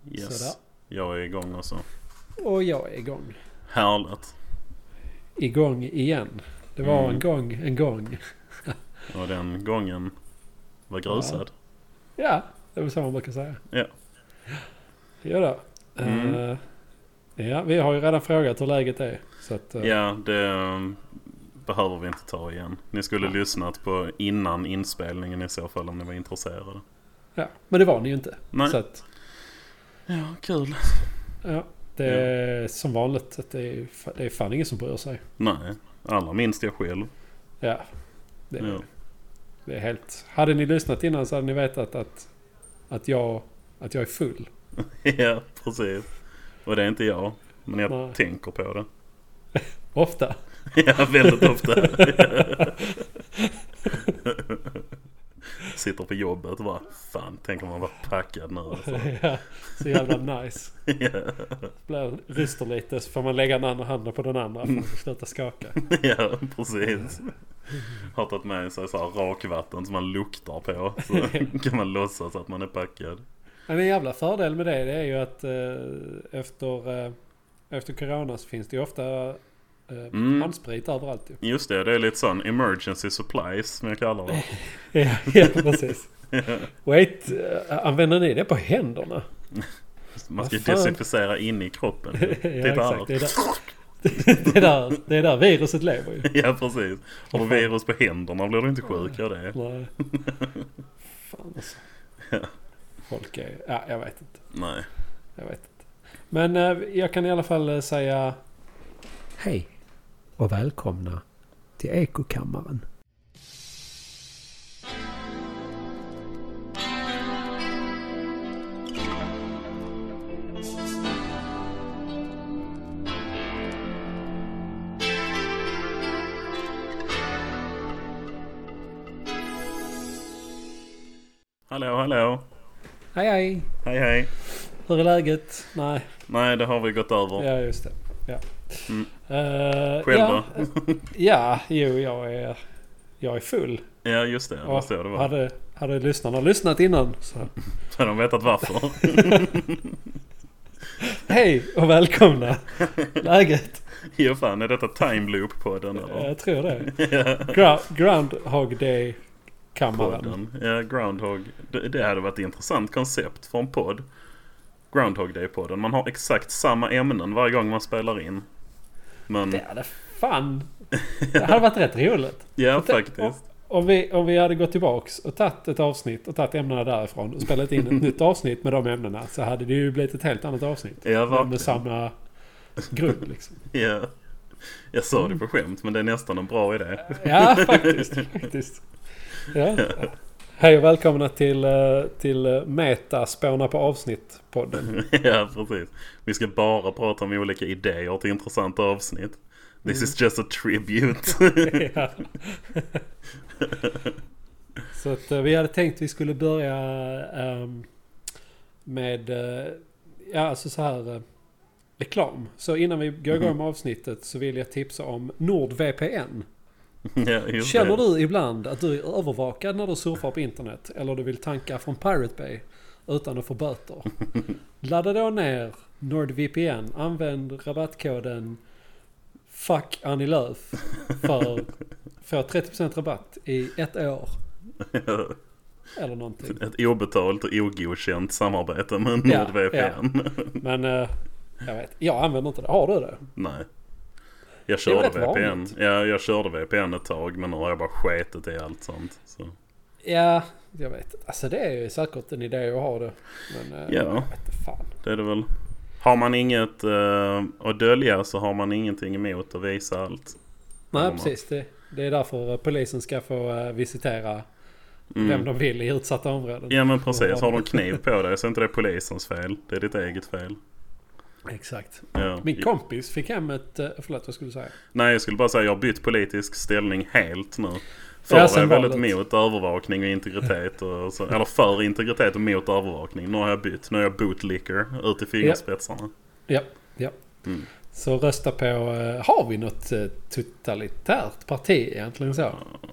Yes. Sådär. Jag är igång också. Och jag är igång. Härligt. Igång igen. Det var en gång. Och den gången var grusad. Ja, det är väl så man brukar säga. Ja. Ja då. Ja, vi har ju redan frågat hur läget är. Så att, Ja, det behöver vi inte ta igen. Ni skulle lyssnat på innan inspelningen i så fall om ni var intresserade. Ja, men det var ni ju inte. Nej. Så att, Ja, kul. ja, det är som vanligt att det är fan ingen som bryr sig. Nej, allra minst jag själv. Ja, det är helt... Hade ni lyssnat innan så hade ni vetat att jag är full. Ja, precis. Och det är inte jag, men jag Nej. tänker på det. Ofta. Ja, väldigt ofta. Sitter på jobbet och bara, fan, tänker man vara packad nu. Alltså. Ja, så jävla nice. Ja. Ryster lite så får man lägga den andra handen på den andra för att sluta skaka. Ja, precis. Har tagit med sig så här rakvatten som man luktar på. Så kan man låtsas att man är packad. Men en jävla fördel med det är ju att efter corona så finns det ju ofta handsprit överallt. Ju. Just det är lite sån emergency supplies som jag kallar det. Ja, precis. Wait, använder ni det på händerna? Man ska desinficera in i kroppen. Ja, exakt. Det är där viruset lever ju. Ja, precis. Har du virus på händerna blir du inte sjuk av det. Nej. Fan alltså. Ja. Folk är... Ja, jag vet inte. Nej. Jag vet inte. Men jag kan i alla fall säga hej och välkomna till Ekokammaren. Hallå, hallå. Hej, hej. Hej, hej. Hur är läget? Nej, det har vi gått över. Ja, just det. Ja. Själv då? Jag är full. Ja, just det. Och Det var. hade lyssnarna lyssnat innan så Så de vetat varför. hej och välkomna. Läget? Jo fan, är detta time loop på den eller? Jag tror det. Groundhog Day kammaren. Podden. Ja, Groundhog. Det hade varit ett intressant koncept för en podd. Groundhog Day-podden. Man har exakt samma ämnen varje gång man spelar in. Men... Det hade fan... Det hade varit rätt roligt. Ja, faktiskt. Om vi hade gått tillbaks och tagit ett avsnitt och tagit ämnena därifrån och spelat in ett nytt avsnitt med de ämnena så hade det ju blivit ett helt annat avsnitt. Ja, verkligen. Med samma grund liksom. Ja. Jag sa det på skämt, men det är nästan en bra idé. Ja, faktiskt. Ja. Hej och välkomna till Meta spåna på avsnitt-podden. Ja, precis. Vi ska bara prata om olika idéer till intressanta avsnitt. This is just a tribute. Ja. Så att vi hade tänkt vi skulle börja med alltså så här reklam. Så innan vi går igång med avsnittet så vill jag tipsa om NordVPN. Ja, Känner du ibland att du är övervakad när du surfar på internet eller du vill tanka från Pirate Bay utan att få böter? Ladda då ner NordVPN. Använd rabattkoden Fuck Annie Lööf för 30% rabatt i 1 år. Eller någonting. Ett obetalt och ogodkänt samarbete med NordVPN. Ja. Men jag använder inte det. Har du det? Nej. Jag körde VPN ett tag, men nu har jag bara sketet i allt sånt. Så. Ja, jag vet. Alltså det är ju säkert en idé att ha det. Men jag vet inte fan. Det är det väl. Har man inget att dölja så har man ingenting emot att visa allt. Nej, precis. Det är därför polisen ska få visitera vem de vill i utsatta områden. Ja, men precis. Har de kniv på dig så är inte det polisens fel. Det är ditt eget fel. Exakt. Ja. Min kompis fick hem ett... Förlåt, vad skulle du säga? Nej, jag skulle bara säga jag har bytt politisk ställning helt nu. För jag är väldigt mot övervakning och integritet. Och så, eller för integritet och mot övervakning. Nu har jag bytt. Nu är jag bootlicker ut i fingerspetsarna. Ja. Så rösta på... har vi något totalitärt parti egentligen så?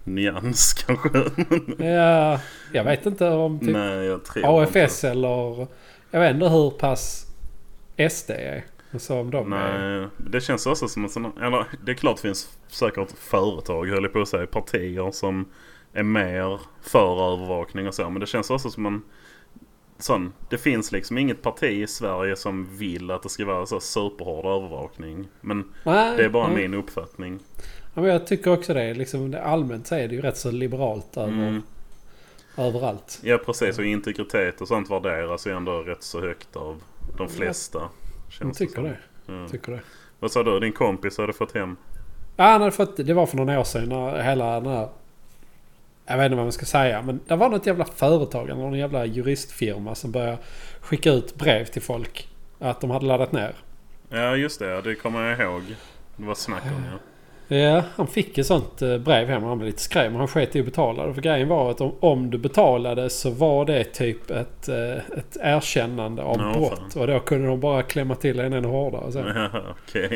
nyans kanske. Ja, jag vet inte om typ Nej, jag tror AFS inte. Eller jag vet inte hur pass SD är. Så om de Nej, det känns också som att eller det är klart det finns säkert företag, höll jag på att säga, partier som är mer för övervakning och så, men det känns också som en sån, det finns liksom inget parti i Sverige som vill att det ska vara så superhård övervakning, men det är bara min uppfattning. Ja, men jag tycker också det, liksom det allmänt så är det ju rätt så liberalt överallt. Ja, precis, och integritet och sånt värderas ju ändå rätt så högt av de flesta. Jag tycker det. Tycker det. Vad sa du? Din kompis hade fått hem? Ja, han hade fått, det var för några år sedan när hela den här, jag vet inte vad man ska säga, men det var något jävla företag eller någon jävla juristfirma som började skicka ut brev till folk att de hade laddat ner. Ja, just det kommer jag ihåg. Det var snack om Ja, han fick ett sånt brev hem och han blev lite skräm, men han sket i att betala. För grejen var att om du betalade så var det typ ett erkännande av brott. Fan. Och då kunde de bara klämma till en hårdare. Så. Ja, okej.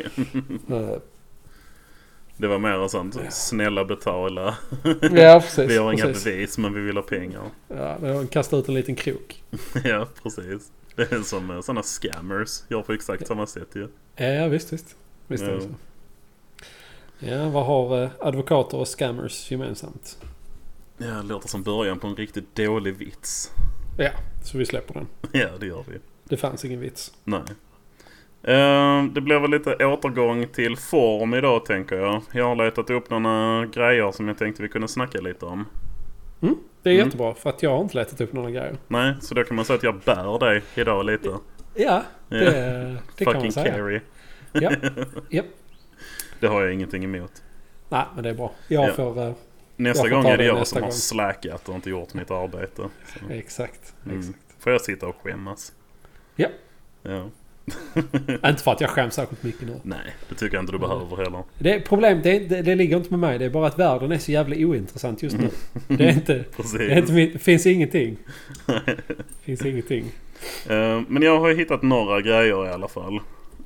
Det var mer sånt. Snälla betala. Ja, precis. Vi har inga bevis, men vi vill ha pengar. Ja, de kastade ut en liten krok. Ja, precis. Det är som sådana scammers. Jag får exakt samma sätt ju. Ja, visst. Visst är det så. Ja, vad har advokater och scammers gemensamt? Ja, det låter som början på en riktigt dålig vits. Ja, så vi släpper den. Ja, det gör vi. Det fanns ingen vits. Nej. Det blev väl lite återgång till form idag, tänker jag. Jag har letat upp några grejer som jag tänkte vi kunde snacka lite om. Det är jättebra, för att jag har inte letat upp några grejer. Nej, så då kan man säga att jag bär dig idag lite. Ja, det kan man säga. Carry. Ja, yep. Det har jag ingenting emot. Nej, men det är bra. Nästa gång är det jag som har släkat och inte gjort mitt arbete. Så. Exakt. Får jag sitta och skämmas? Ja. Ja. Inte för att jag skäms särskilt mycket nu. Nej, det tycker jag inte du behöver heller. Det ligger inte med mig. Det är bara att världen är så jävla ointressant just nu. Det är inte... det finns ingenting. Finns ingenting. Men jag har hittat några grejer i alla fall.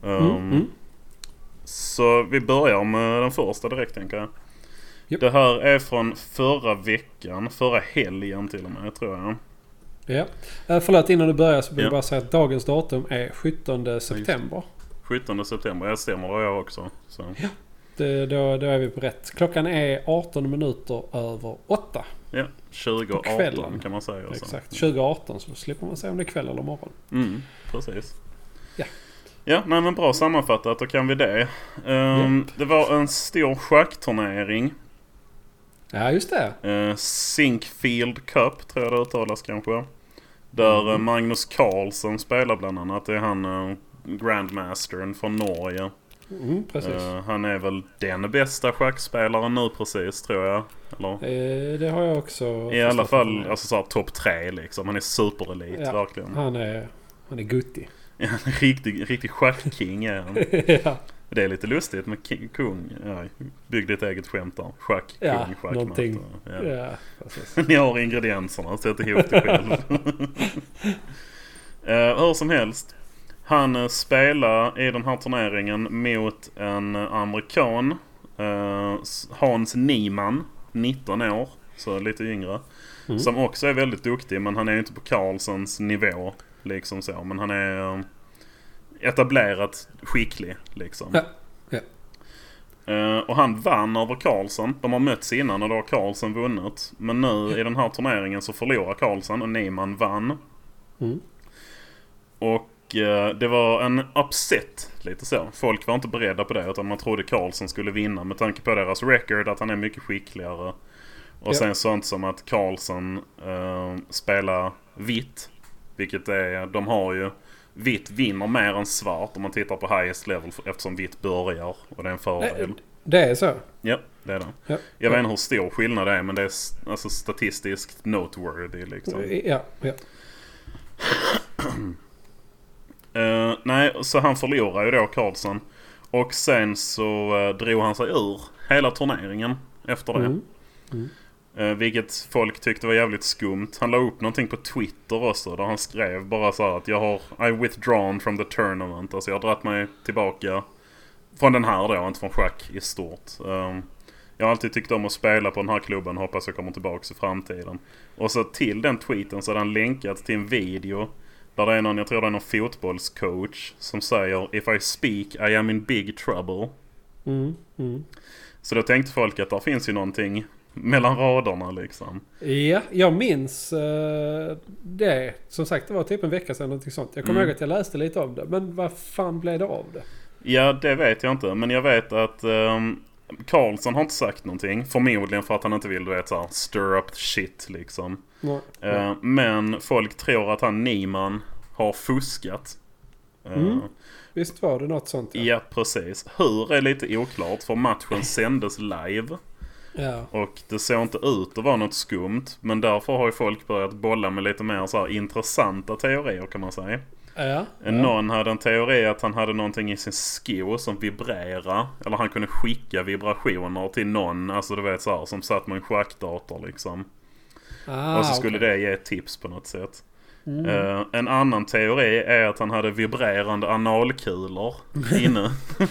Så vi börjar med den första direkt, tänker jag. Yep. Det här är från förra helgen till och med, tror jag. Ja. Förlåt, innan du börjar så vill jag bara säga att dagens datum är 17 september. 17 september, jag stämmer då jag också. Så. Ja, då är vi på rätt. Klockan är 18 minuter över 8. Ja, 2018 kan man säga. Exakt, 2018, så slipper man säga om det är kväll eller morgon. Precis. Ja. Ja, men bra sammanfattat, då kan vi det. Det var en stor schackturnering. Ja, just det. Sinkfield Cup, tror jag det uttalas kanske. Där Magnus Carlsen spelar bland annat. Det är han Grandmastern från Norge. Precis. Han är väl den bästa schackspelaren nu precis, tror jag. Eller? Det har jag också. I alla fall alltså, så topp 3 liksom. Han är superelit, verkligen. Han är guttig. Ja, en riktig schackking är han. Ja. Det är lite lustigt med kung. Ja, bygg ditt eget skämt där. Schack, kung, schackmatt. Ja, ni har ingredienserna, sätt ihop det själv. Hur som helst. Han spelar i den här turneringen mot en amerikan. Hans Niemann, 19 år. Så lite yngre. Som också är väldigt duktig, men han är ju inte på Carlsens nivå. Liksom så. Men han är etablerat skicklig liksom. Och han vann över Carlsen. De har mötts innan och då har Carlsen vunnit. Men nu i den här turneringen så förlorar Carlsen och Niemann vann. Och det var en upset lite så. Folk var inte beredda på det, utan man trodde Carlsen skulle vinna med tanke på deras record, att han är mycket skickligare. Och sen sånt som att Carlsen spelar vitt. Vilket är, de har ju, vitt vinner mer än svart om man tittar på highest level, eftersom vitt börjar, och det är en fördel. Det är så? Ja, det är det. Ja. Jag vet inte hur stor skillnad det är, men det är alltså statistiskt noteworthy liksom. Ja. Nej, så han förlorar ju då Carlsen. Och sen så drog han sig ur hela turneringen efter det. Vilket folk tyckte var jävligt skumt. Han la upp någonting på Twitter också, där han skrev bara så här att I withdrawn from the tournament. Alltså jag har dratt mig tillbaka från den här då, inte från schack i stort. Jag har alltid tyckt om att spela på den här klubben. Hoppas jag kommer tillbaka i framtiden. Och så till den tweeten så har han länkat till en video där det är någon, jag tror det är någon fotbollscoach som säger "If I speak, I am in big trouble." Så då tänkte folk att där finns ju någonting mellan raderna liksom. Ja, jag minns det. Som sagt, det var typ en vecka sedan någonting sånt. Jag kommer ihåg att jag läste lite om det. Men vad fan blev det av det? Ja, det vet jag inte. Men jag vet att Karlsson har inte sagt någonting. Förmodligen för att han inte vill, du vet, så här, stir up shit liksom. Men folk tror att han Niemann har fuskat. Visst var det något sånt? Ja, precis. Hur är lite oklart, för matchen sändes live. Ja. Och det såg inte ut att vara något skumt. Men därför har ju folk börjat bolla med lite mer så här intressanta teorier, kan man säga. Ja. Någon hade en teori att han hade någonting i sin sko som vibrerade. Eller han kunde skicka vibrationer till någon. Alltså du vet så här, som satt med en schackdator liksom. Och så skulle det ge tips på något sätt. En annan teori är att han hade vibrerande analkulor inne.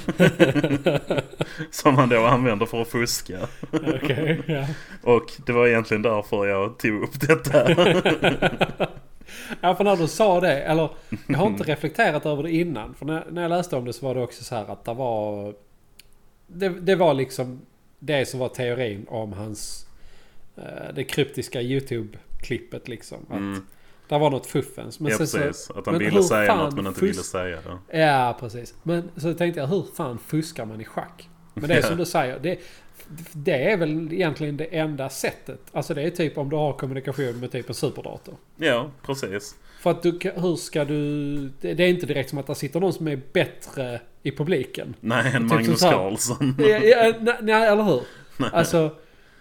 Som han då använder för att fuska. Ja. Och det var egentligen därför jag tog upp detta. Ja, för när du sa det, eller jag har inte reflekterat över det innan. För när jag läste om det så var det också så här att det var liksom det som var teorin om hans det kryptiska YouTube-klippet liksom. Att det var något fuffens. Men ja, precis. Att han ville säga något men inte ville säga det. Ja, precis. Men så tänkte jag, hur fan fuskar man i schack? Men det är som du säger, det är väl egentligen det enda sättet. Alltså det är typ om du har kommunikation med typ en superdator. Ja, precis. För att hur ska du... Det är inte direkt som att det sitter någon som är bättre i publiken. Nej, en typ Magnus Carlsson. Nej, eller hur? Nej. Alltså,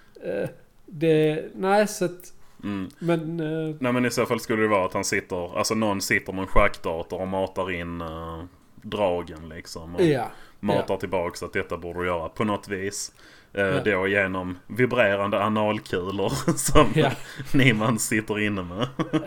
nej, så att... Men, nej, men i så fall skulle det vara att han sitter... Alltså någon sitter med en schackdator och matar in dragen liksom. Och matar tillbaka att detta borde du göra på något vis. Då genom vibrerande analkulor som Niemann sitter inne med.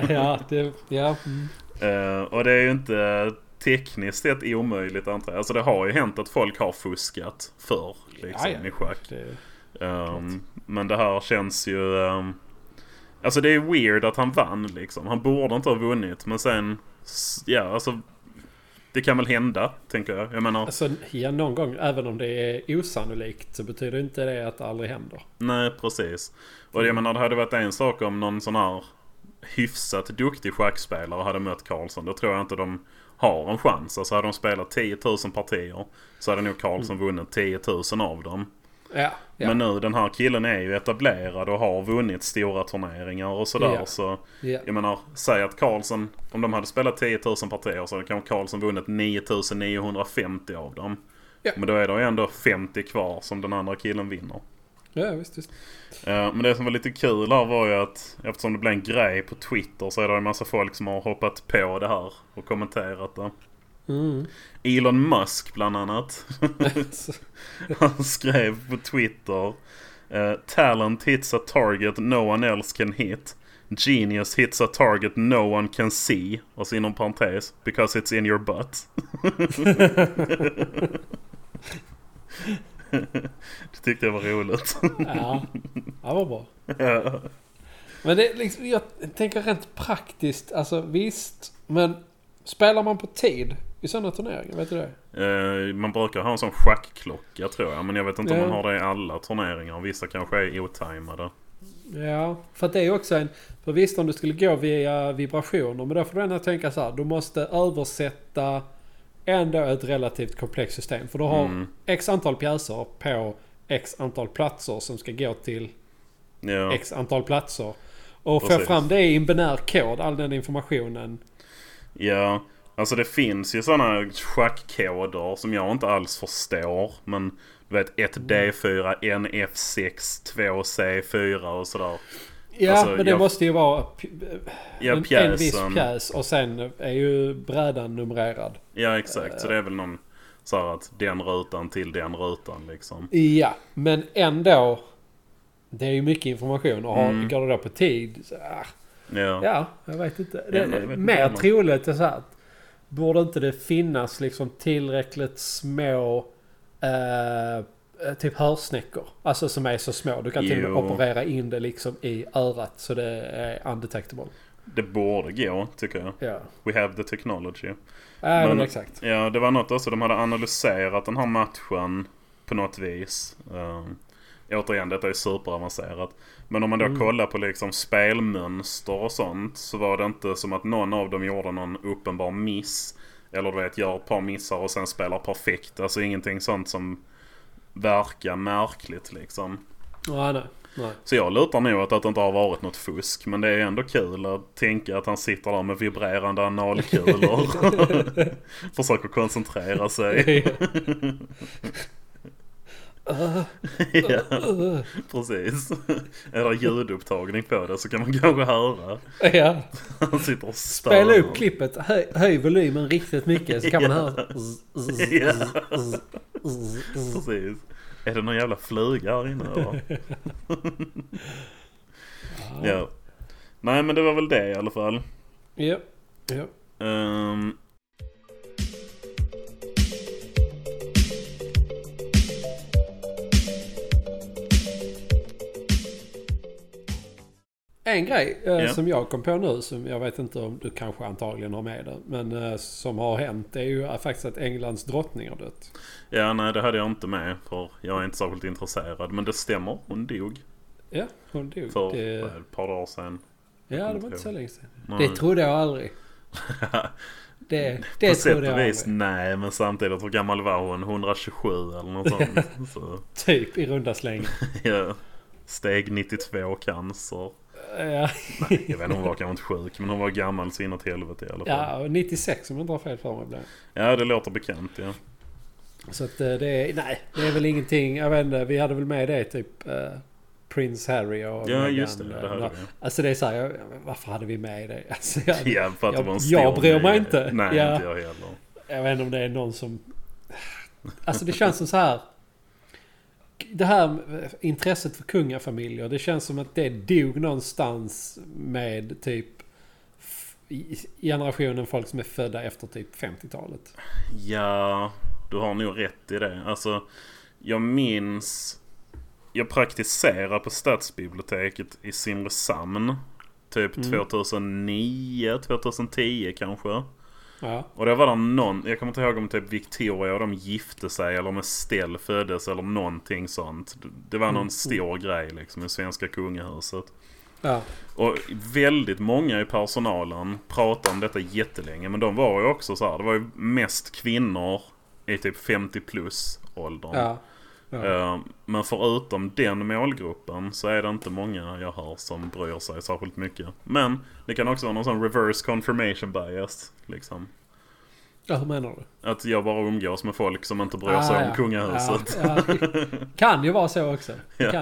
Och det är ju inte tekniskt ett omöjligt antar jag. Alltså det har ju hänt att folk har fuskat för liksom, i schack. Men det här känns ju... alltså det är weird att han vann liksom. Han borde inte ha vunnit. Men sen, alltså... Det kan väl hända, tänker jag. Jag menar... Alltså, någon gång, även om det är osannolikt, så betyder inte det att det aldrig händer. Nej, precis. Och jag menar, det hade varit en sak om någon sån här hyfsat duktig schackspelare hade mött Karlsson. Då tror jag inte de har en chans. Alltså hade de spelat 10 000 partier så hade nog Karlsson vunnit 10 000 av dem. Ja. Men nu, den här killen är ju etablerad och har vunnit stora turneringar och sådär. Så jag menar, säg att Karlsson, om de hade spelat 10 000 partier så hade kanske Karlsson vunnit 9 950 av dem. Men då är det ändå 50 kvar som den andra killen vinner. Ja, visst. Men det som var lite kul här var ju att eftersom det blev en grej på Twitter så är det en massa folk som har hoppat på det här och kommenterat det. Elon Musk bland annat. Han skrev på Twitter: talent hits a target no one else can hit. Genius hits a target no one can see. Och så inom parentes, because it's in your butt. Det tyckte jag var roligt. Ja, det var bra. Ja. Men det liksom, jag tänker rent praktiskt, alltså visst, men spelar man på tid i sådana turneringar, vet du det? Man brukar ha en sån schackklocka tror jag. Men jag vet inte om man har det i alla turneringar. Vissa kanske är otajmade. Ja, för att det är också för visst om du skulle gå via vibrationer. Men då får du ändå tänka så här. Du måste översätta ändå ett relativt komplext system. För du har x antal pjäser på x antal platser som ska gå till x antal platser. Och få fram det i en binär kod, all den informationen. Ja, alltså det finns ju sådana schackkoder som jag inte alls förstår. Men du vet 1D4, NF6, 2C4 och sådär. Ja, alltså, men det måste ju vara en viss pjäs och sen är ju brädan numrerad. Ja, exakt. Så det är väl någon så här att den rutan till den rutan liksom. Ja, men ändå det är ju mycket information och går det då på tid så, ja, jag vet inte. Det är mer troligt är så här att borde inte det finnas liksom tillräckligt små typ hörsnäckor. Alltså som är så små. Du kan till och med operera in det liksom i örat så det är undetectable. Det borde gå, tycker jag. Ja. We have the technology. Men exakt. Ja, det var något också. De hade analyserat den här matchen på något vis. Återigen, detta är superavancerat. Men om man då kollar på liksom spelmönster och sånt, så var det inte som att någon av dem gjorde någon uppenbar miss. Eller du vet, gör ett par missar och sen spelar perfekt. Alltså ingenting sånt som verkar märkligt liksom. Nej. Så jag lutar nog att det inte har varit något fusk. Men det är ändå kul att tänka att han sitter där med vibrerande analkulor. Försöker koncentrera sig. Ja, precis. Är det ljudupptagning på det så kan man kanske höra. Ja. Han sitter och stör. Spela upp klippet. Höj volymen riktigt mycket så kan man höra. Ja. Precis. Är det någon jävla fluga här inne då? Ja. Nej, men det var väl det i alla fall. Ja. En grej som jag kom på nu, som jag vet inte om du kanske antagligen har med det, men som har hänt är ju faktiskt att Englands drottning har dött. Ja, nej, det hade jag inte med, för jag är inte särskilt intresserad. Men det stämmer, hon dog. Ja, hon dog. För ett par dagar sedan. Ja, det var inte så länge sedan. Nej. Det trodde jag aldrig. Det på sätt och vis, nej, men samtidigt, hur gammal var hon? 127 eller något sånt. Så. Typ i runda slängar. Ja, steg 92 cancer. Ja. Nej, jag vet inte, hon var kanske inte sjuk, men hon var gammal så inåt helvete i alla fall. Ja, 96 om jag inte har fel för mig blev. Ja, det låter bekant, ja. Så att det är väl ingenting, jag vet inte, vi hade väl med det typ Prince Harry och ja, Meghan, just det hade vi. Alltså det är så här, varför hade vi med det? Alltså, jag bryr mig inte. Nej, inte jag heller. Jag vet inte om det är någon som... Alltså det känns som så här... Det här intresset för kungafamiljer, det känns som att det dog någonstans med typ generationen folk som är födda efter typ 50-talet. Ja, du har nog rätt i det. Alltså, jag minns... Jag praktiserade på stadsbiblioteket i Simrishamn typ 2009, 2010 kanske. Ja. Och det var där någon, jag kommer inte ihåg om typ Victoria och de gifte sig eller om Estelle föddes eller någonting sånt. Det var någon stor grej liksom i svenska kungahuset. Ja. Och väldigt många i personalen pratade om detta jättelänge, men de var ju också så här, det var ju mest kvinnor i typ 50 plus åldern. Ja. Ja. Men förutom den målgruppen så är det inte många jag hör som bryr sig särskilt mycket. Men det kan också vara någon sån reverse confirmation bias liksom. Ja, hur menar du? Att jag bara umgås med folk som inte bryr sig om kungahuset. Ja. Kan ju vara så också.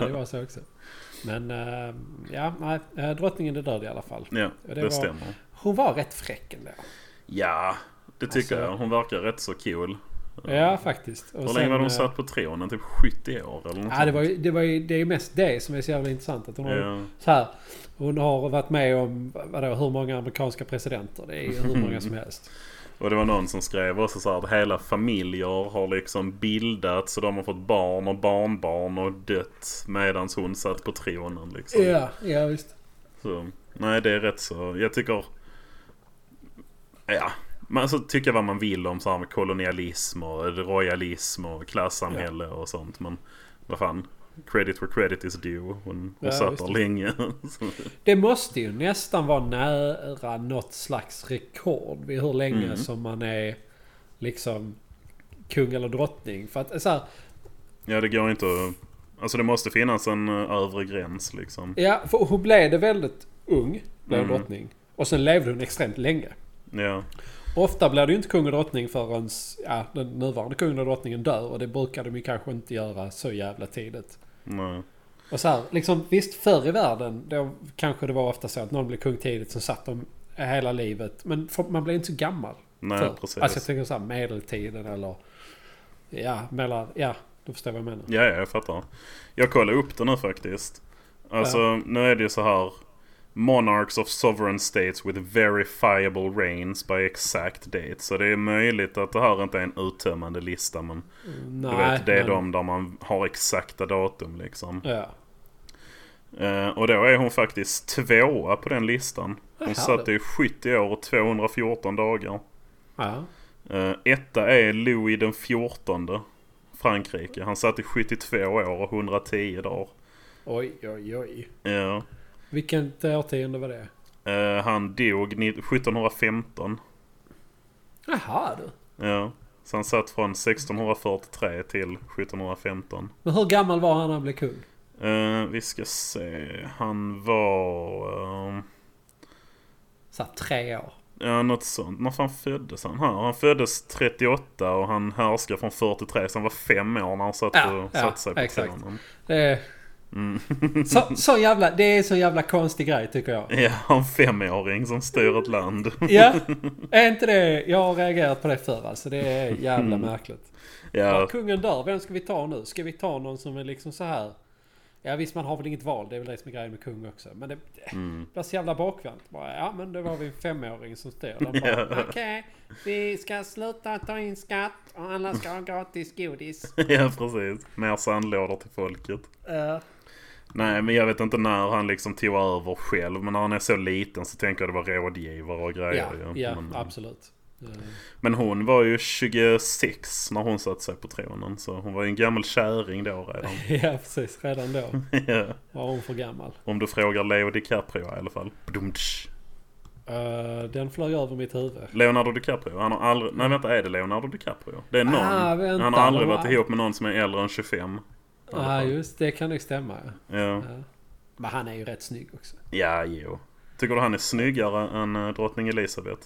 Men drottningen är död i alla fall. Ja, det stämmer. Hon var rätt fräck ändå. Ja, det tycker jag. Hon verkar rätt så cool. Ja, faktiskt. Och hur länge var hon satt på tronen? Typ 70 år eller något sånt. Det är mest det som är så jävla intressant. Att hon har, så här, hon har varit med om hur många amerikanska presidenter. Det är ju hur många som helst. Och det var någon som skrev också så här, att hela familjer har liksom bildats och de har fått barn och barnbarn och dött medan hon satt på tronen liksom. Ja, visst. Så, nej, det är rätt så. Jag tycker... Ja, man så tycker vad man vill om så här med kolonialism och royalism och klassamhälle och sånt. Men vad fan, credit where credit is due. Hon satt där länge. Det måste ju nästan vara nära något slags rekord vid hur länge som man är liksom kung eller drottning. För att så här, ja, det går inte att... Alltså det måste finnas en övre gräns liksom. Ja, för hon blev det väldigt ung, blev drottning. Och sen levde hon extremt länge. Ja. Ofta blir det ju inte kung och drottning förrän den nuvarande kungen och drottningen dör. Och det brukar de ju kanske inte göra så jävla tidigt. Nej. Och så här, liksom, visst förr i världen då kanske det var ofta så att någon blev kung tidigt som satt dem hela livet. Men man blev inte så gammal. Nej, precis. Alltså jag tänker så här, medeltiden eller du förstår vad jag menar. Ja, jag fattar. Jag kollar upp det nu faktiskt. Alltså, nu är det ju så här. Monarchs of sovereign states with verifiable reigns by exact date. Så det är möjligt att det här inte är en uttömmande lista, men Nej, du vet, det är de där man har exakta datum liksom. Ja. Och då är hon faktiskt 2 på den listan. Hon satt i 70 år och 214 dagar. Ja. Etta är Louis den 14, Frankrike. Han satt i 72 år och 110 dagar. Oj, oj, oj. Ja. Vilket årtionde var det? Han dog 1715. Jaha du. Ja. Så han satt från 1643 till 1715. Men hur gammal var han när han blev kung? Vi ska se. Han var... Så 3 år. Ja, något sånt. När fan föddes han här? Han föddes 38 och han härskar från 43. Så han var 5 år när han satt sig på tronen. Det är så jävla konstig grej tycker jag. Ja, en 5-åring som styr ett land. Ja, är inte det? Jag har reagerat på det förr. Alltså det är jävla märkligt. Ja. Kungen dör, vem ska vi ta nu? Ska vi ta någon som är liksom så här? Ja visst, man har väl inget val. Det är väl det som är grejen med kung också. Men det blir så jävla bakvänt. Ja, men det var vi en 5-åring som styr. De bara, okej, vi ska sluta ta in skatt och alla ska ha gratis godis. Ja, precis. Mer sandlådor till folket. Nej, men jag vet inte när han liksom tog över själv. Men när han är så liten så tänker jag det var rådgivare och grejer. Ja, absolut. Men hon var ju 26 när hon satt sig på tronen. Så hon var ju en gammal kärring då redan. Ja, precis. Redan då var hon för gammal. Om du frågar Leo DiCaprio i alla fall. Den flög över mitt huvud. Leonardo DiCaprio. Han har aldrig... Nej, vänta, är det Leonardo DiCaprio? Det är någon. Han har aldrig varit ihop med någon som är äldre än 25. Just det kan nog stämma. Ja. Men han är ju rätt snygg också. Ja, jo. Tycker du han är snyggare än drottning Elisabeth?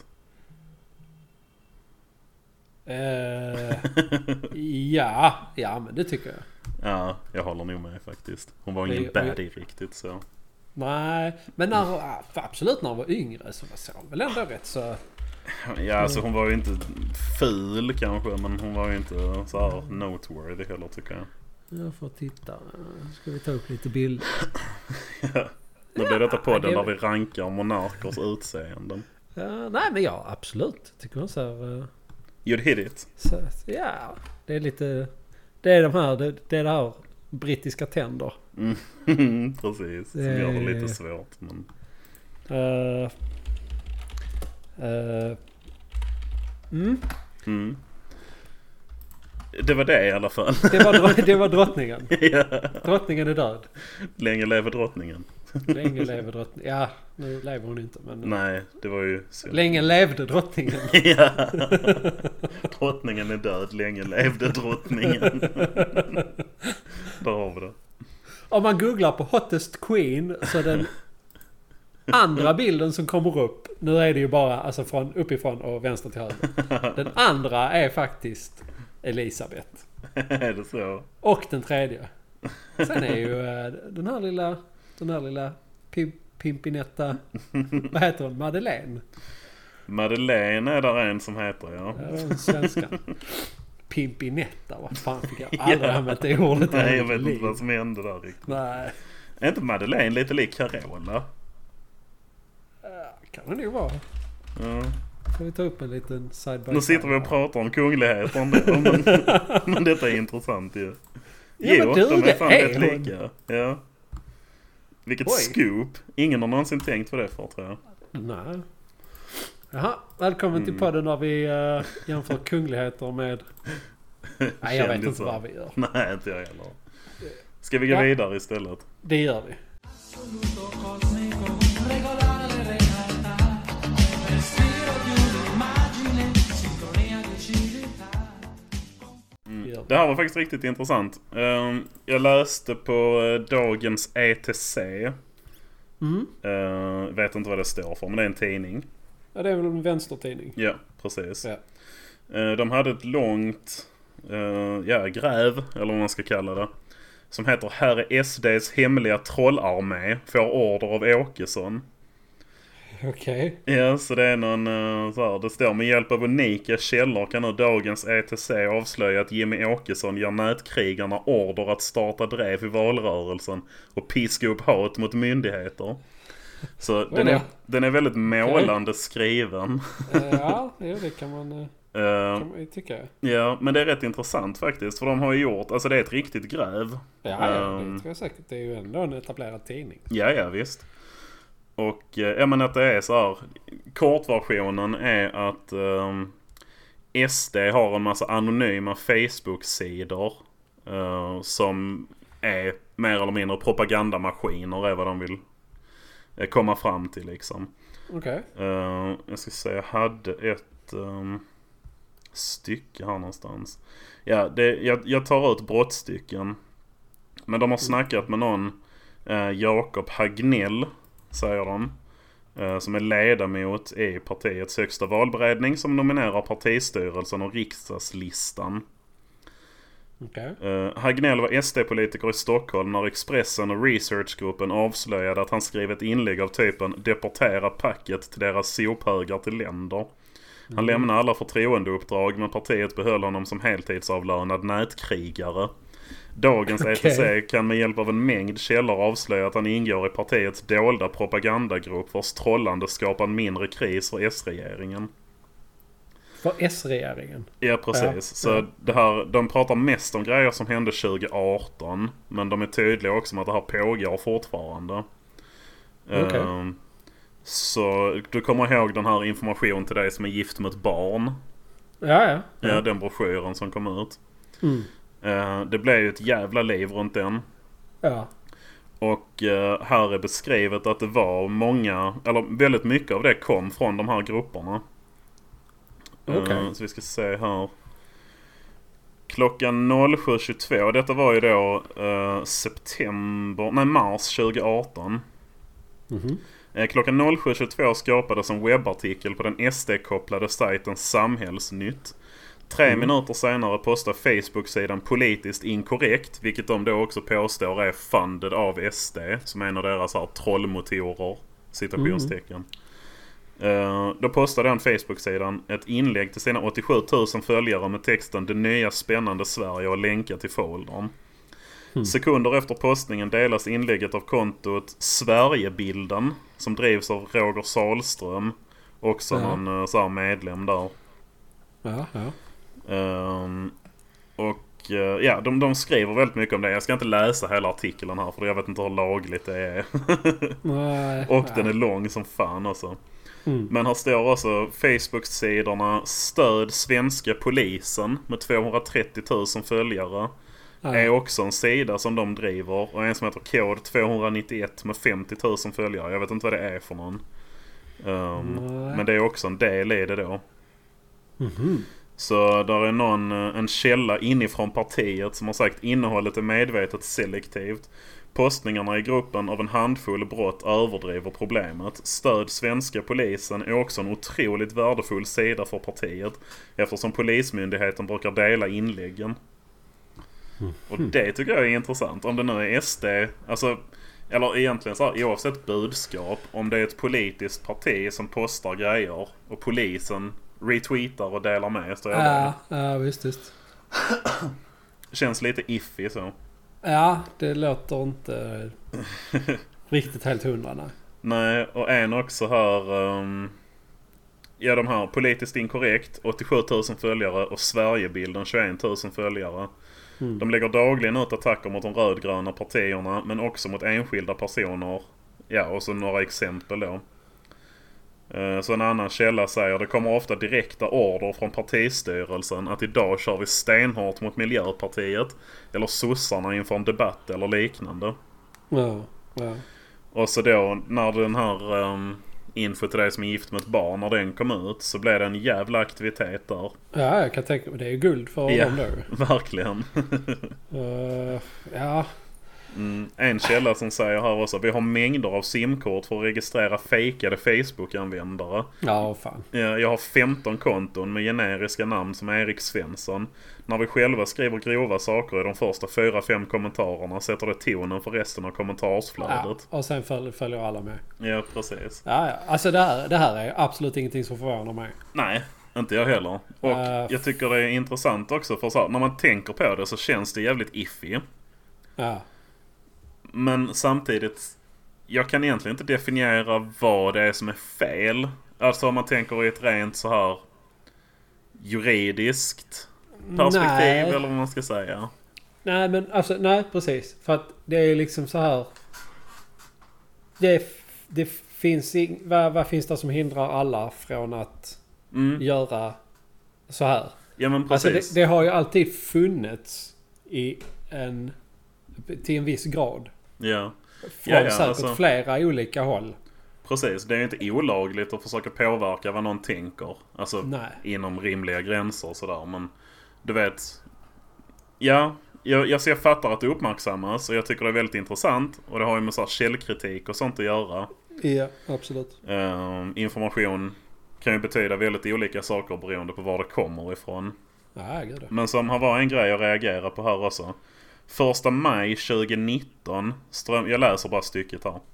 Ja, men det tycker jag. Ja, jag håller nog med faktiskt. Hon var ingen baddie riktigt så. Nej, men absolut när hon var yngre så var hon väl ändå rätt så... Ja, alltså hon var ju inte ful kanske, men hon var ju inte så här noteworthy heller tycker jag. Jag får titta. Ska vi ta upp lite bilder? Ja. Nu blir detta podden där vi rankar monarkers utseenden. Nej, men ja, absolut. Tycker hon så här... You'd hit it. Så, ja, det är lite... Det är det här brittiska tänder. Precis, som gör det lite svårt. Men... Det var det i alla fall. Det var drottningen. Ja. Drottningen är död. Länge lever drottningen. Länge lever drottningen. Ja, nu lever hon inte. Men... Nej, det var ju... synd. Länge levde drottningen. Ja. Drottningen är död. Länge levde drottningen. Där har vi det. Om man googlar på hottest queen så den andra bilden som kommer upp, nu är det ju bara alltså från uppifrån och vänster till höger. Den andra är faktiskt Elisabeth. Är det så? Och den tredje. Sen är ju den här lilla Pimpinetta, vad heter hon? Madeleine. Madeleine är där en som heter, ja. Ja, den svenskan. Pimpinetta, vad fan fick jag aldrig använt det ordet. Nej, jag vet inte vad som hände där riktigt. Nej. Är inte Madeleine lite lik Carola? Kan det nog vara. Ja. Ska vi ta upp en liten side by side? Nu sitter vi och pratar om kungligheter. Men detta är intressant ju. Ja, men de är fan rätt lika. Ja. Vilket scoop. Ingen har någonsin tänkt på det för, tror jag. Nej. Jaha, välkommen till podden när vi jämför kungligheter med... Nej, jag vet inte vad vi gör. Nej, inte jag heller. Ska vi gå vidare istället? Det gör vi. Det här var faktiskt riktigt intressant. Jag läste på dagens ETC. Vet inte vad det står för, men det är en tidning. Ja, det är väl en vänstertidning. Ja, precis. Ja. De hade ett långt gräv, eller vad man ska kalla det, som heter Herr SDs hemliga trollarmé får order av Åkesson. Okej. Ja, så det är någon så här, det står: med hjälp av unika källor kan nu dagens ETC avslöja att Jimmy Åkesson ger nätkrigarna order att starta drev i valrörelsen och piska upp hat mot myndigheter. Så den är väldigt målande skriven. Ja, det kan man tycka. Ja, men det är rätt intressant faktiskt. För de har ju gjort, alltså det är ett riktigt gräv. Ja, det tror jag säkert. Det är ju ändå en etablerad tidning. Ja, visst. Och jag menar att det är så här. Kortversionen är att SD har en massa anonyma Facebook-sidor som är mer eller mindre propagandamaskiner är vad de vill komma fram till liksom. Okej. Jag ska säga, jag hade ett stycke här någonstans. Ja, jag tar ut brottstycken. Men de har snackat med någon Jakob Hagnell, säger de. Som är ledamot i partiets högsta valberedning som nominerar partistyrelsen och riksdagslistan. Okay. Hagnell var SD-politiker i Stockholm när Expressen och Researchgruppen avslöjade att han skrev ett inlägg av typen deportera packet till deras sophögar till länder. Han lämnade alla förtroendeuppdrag men partiet behöll honom som heltidsavlönad nätkrigare. Dagens ETC kan med hjälp av en mängd källor avslöja att han ingår i partiets dolda propagandagrupp vars trollande skapar en mindre kris för S-regeringen. För S-regeringen? Ja, precis. Så det här, de pratar mest om grejer som hände 2018. Men de är tydliga också med att det här pågår fortfarande. Så du kommer ihåg den här information till dig som är gift med ett barn? Ja. Ja, den broschyren som kom ut. Det blev ju ett jävla liv runt den. Ja. Och här är beskrivet att det var många, eller väldigt mycket av det kom från de här grupperna. Så vi ska se här. Klockan 07.22. Detta var ju då mars 2018. Klockan 07.22 skapades en webbartikel på den SD-kopplade sajten Samhällsnytt. 3 minuter senare postar Facebook-sidan politiskt inkorrekt, vilket de då också påstår är funded av SD, som är en av deras här trollmotorer, citationstecken. Då postade den Facebook-sidan ett inlägg till sina 87 000 följare med texten "Det nya spännande Sverige" och länkar till foldern. Sekunder efter postningen delas inlägget av kontot Sverigebilden, som drivs av Roger Salström, också någon så här medlem där. De skriver väldigt mycket om det. Jag ska inte läsa hela artikeln här, för jag vet inte hur lagligt det är. Och den är lång som fan också. Men här står också Facebook-sidorna Stöd svenska polisen med 230 000 följare. Är också en sida som de driver. Och en som heter Kod 291 med 50 000 följare. Jag vet inte vad det är för någon. Men det är också en del i det då. Så där är en källa inifrån partiet som har sagt innehållet är medvetet selektivt. Postningarna i gruppen av en handfull brott överdriver problemet. Stöd svenska polisen är också en otroligt värdefull sida för partiet, eftersom polismyndigheten brukar dela inläggen. Och det tycker jag är intressant. Om det nu är SD, alltså, eller egentligen så här, oavsett budskap, om det är ett politiskt parti som postar grejer och polisen retweetar och delar med, så är det. Ja, visst. Känns lite iffy så. Ja, det låter inte riktigt helt hundra. Nej, och en också här. De här politiskt inkorrekt 87 000 följare och Sverigebilden 21 000 följare. De lägger dagligen ut attacker mot de rödgröna partierna, men också mot enskilda personer. Ja, och så några exempel då. Så en annan källa säger det kommer ofta direkta order från partistyrelsen att idag kör vi stenhårt mot Miljöpartiet eller sossarna inför en debatt eller liknande. Ja. Och så då när den här info till dig som är gift med ett barn, när den kom ut, så blev det en jävla aktivitet där. Ja, jag kan tänka mig. Det är guld för dem då. Verkligen. Ja. En källa som säger här också: vi har mängder av simkort för att registrera fejkade Facebook-användare. Ja, fan. Jag har 15 konton med generiska namn som Erik Svensson. När vi själva skriver grova saker i de första 4-5 kommentarerna sätter det tonen för resten av kommentarsflödet. Ja, och sen följer alla med. Ja, precis. Ja. Alltså det här är absolut ingenting som förvånar mig. Nej, inte jag heller. Och jag tycker det är intressant också, för så här, när man tänker på det så känns det jävligt iffy. Ja. Men samtidigt, jag kan egentligen inte definiera vad det är som är fel. Alltså om man tänker i ett rent så här juridiskt perspektiv eller vad man ska säga. Nej, men alltså, nej, precis. För att det är liksom så här. Det finns vad finns det som hindrar alla från att göra så här? Ja, men precis. Alltså, det har ju alltid funnits till en viss grad. Ja. Från säkert flera olika håll. Precis, det är ju inte olagligt att försöka påverka vad någon tänker. Alltså inom rimliga gränser och sådär. Men du vet, jag fattar att det uppmärksammas och jag tycker det är väldigt intressant. Och det har ju med så här källkritik och sånt att göra. Ja, absolut. Information kan ju betyda väldigt olika saker beroende på var det kommer ifrån. Men som har varit en grej att reagera på här också. 1 maj 2019 jag läser bara stycket här.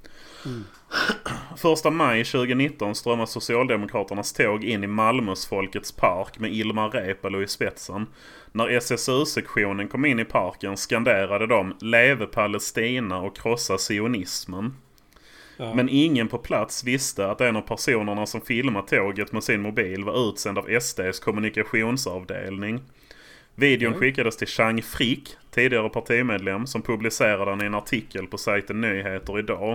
1 maj 2019 strömmar Socialdemokraternas tåg in i Malmös Folkets park med Ilmar Reepalu i spetsen. När SSU-sektionen kom in i parken skanderade de "Leve Palestina" och "Krossa sionismen". Ja. Men ingen på plats visste att en av personerna som filmat tåget med sin mobil var utsänd av SDs kommunikationsavdelning. Videon skickades till Chang Frick, tidigare partimedlem, som publicerade den i en artikel på sajten Nyheter idag.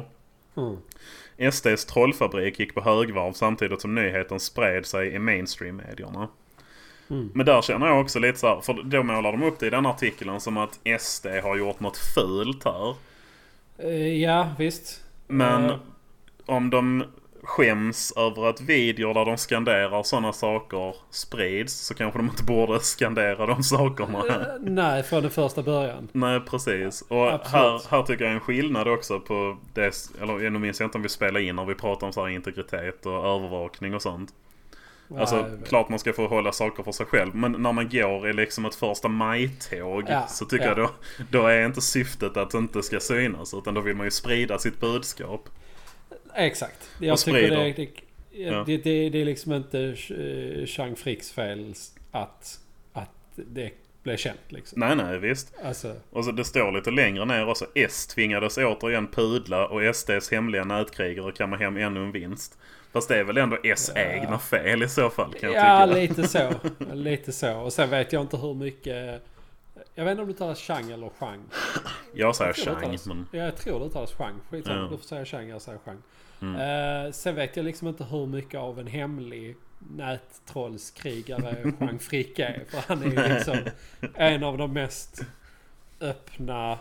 SDs trollfabrik gick på högvarv samtidigt som nyheten spred sig i mainstream-medierna. Men där känner jag också lite så här, för då målar de upp det i den artikeln som att SD har gjort något fult här. Ja, visst. Men om de skäms över att videor där de skanderar sådana saker sprids, så kanske de inte borde skandera de sakerna. Nej, från den första början. Nej, precis. Och här tycker jag en skillnad också på det, eller jag minns inte om vi spelar in när vi pratar om så här integritet och övervakning och sånt. Alltså, klart man ska få hålla saker för sig själv. Men när man går i liksom ett 1 maj-tåg så tycker jag då är inte syftet att det inte ska synas, utan då vill man ju sprida sitt budskap. Exakt. Jag tycker det är liksom inte Chang Fricks fel att det blev känt liksom. Nej, visst. Alltså. Och så det står lite längre ner också. S tvingades återigen pudla och SDs hemliga nätkrigare kammar hem ännu en vinst. Fast det är väl ändå egna fel i så fall, kan jag tycka. Ja, lite så. Och sen vet jag inte hur mycket... Jag vet inte om du talar Chang eller Chang. Jag säger Chang. Jag tror det talas Chang. Skitsamma, du får säga Chang, jag säger Chang. Sen vet jag liksom inte hur mycket av en hemlig nättrollskrigare Chang Frick är. För han är ju liksom en av de mest öppna...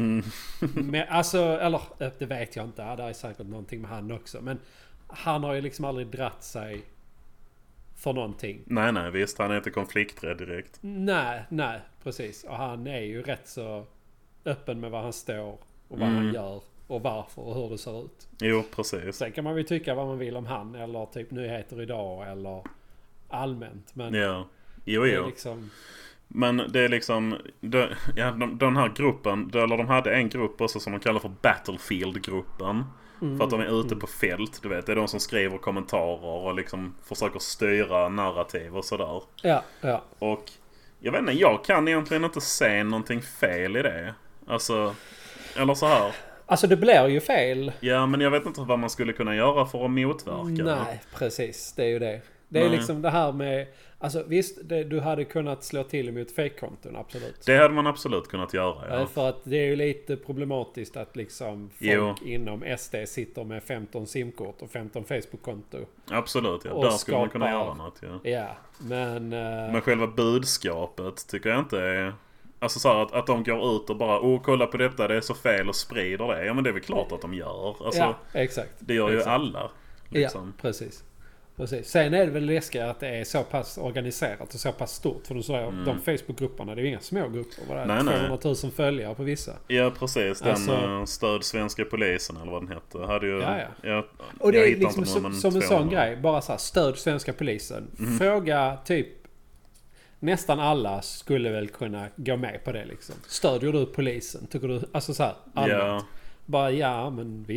Alltså, eller det vet jag inte. Det är säkert någonting med han också. Men han har ju liksom aldrig dratt sig för någonting. Nej, visst. Han är inte konflikträdd direkt. Nej, precis. Och han är ju rätt så öppen med vad han står och vad han gör och varför och hur det ser ut. Jo, precis. Sen kan man ju tycka vad man vill om han eller typ Nyheter idag eller allmänt. Men Jo. Det är liksom... Men det är liksom den här gruppen, eller de hade en grupp också som de kallar för Battlefield-gruppen. För att de är ute på fält, du vet. Det är de som skriver kommentarer och liksom försöker styra narrativ och sådär. Ja. Och jag vet inte, jag kan egentligen inte se någonting fel i det. Alltså, eller så här. Alltså det blir ju fel. Ja, men jag vet inte vad man skulle kunna göra för att motverka. Nej, precis. Det är ju det. Det är liksom det här med... Alltså visst, du hade kunnat slå till emot fake-konton, absolut. Det hade man absolut kunnat göra, ja. För att det är ju lite problematiskt att liksom folk inom SD sitter med 15 simkort och 15 Facebook-konto. Absolut, ja. Där skulle man kunna göra något, ja. Men själva budskapet tycker jag inte är... Alltså så här, att de går ut och bara kolla på detta, det är så fel och sprider det. Ja, men det är väl klart att de gör. Alltså, exakt. Det gör ju alla. Liksom. Ja, precis. Sen är det väl läskigt att det är så pass organiserat och så pass stort. För du säger de Facebook-grupperna, det är ju inga små grupper. Det är 200 000 följare på vissa. Ja, precis. Den Stöd Svenska Polisen eller vad den heter. Hade ju, och det är liksom som en sån grej. Bara så här, Stöd Svenska Polisen. Fråga typ nästan alla skulle väl kunna gå med på det liksom. Stödjer du polisen? Tycker du, alltså så här, allmänt. Bara men visst.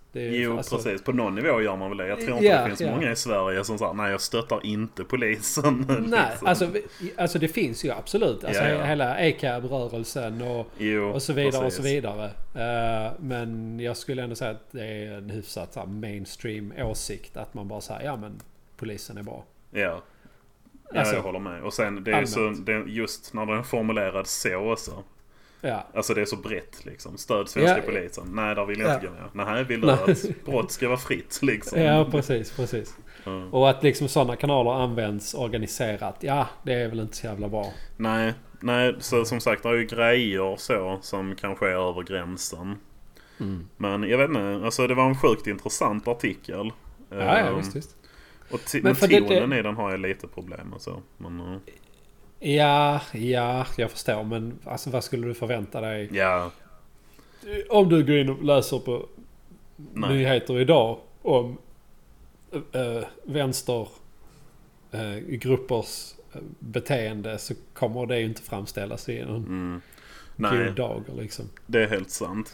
Jo, alltså, precis. På någon nivå gör man väl det. Jag tror inte det finns många i Sverige som säger nej, jag stöttar inte polisen. Nej, liksom. alltså det finns ju absolut. Alltså hela ACAB-rörelsen och så vidare och så vidare. Men jag skulle ändå säga att det är en hyfsat så här, mainstream åsikt att man bara säger, ja men polisen är bra. Ja, alltså, jag håller med. Och sen det är så, just när den är formulerad så också. Ja. Alltså det är så brett liksom. Stöd svenska polisen. Nej, där vill jag inte gå med. Nej, vill du att brott ska vara fritt liksom. Ja, precis. Och att liksom sådana kanaler används organiserat. Ja, det är väl inte så jävla bra. Nej, så som sagt, det är ju grejer så som kanske är över gränsen. Men jag vet inte, alltså det var en sjukt intressant artikel. Ja, visst. Och men tonen i den har jag lite problem och så. Men, Ja, jag förstår. Men alltså, vad skulle du förvänta dig? Ja. Om du går in och läser på nyheter idag om vänstergruppers beteende, så kommer det ju inte framställas i en god dag liksom. Det är helt sant.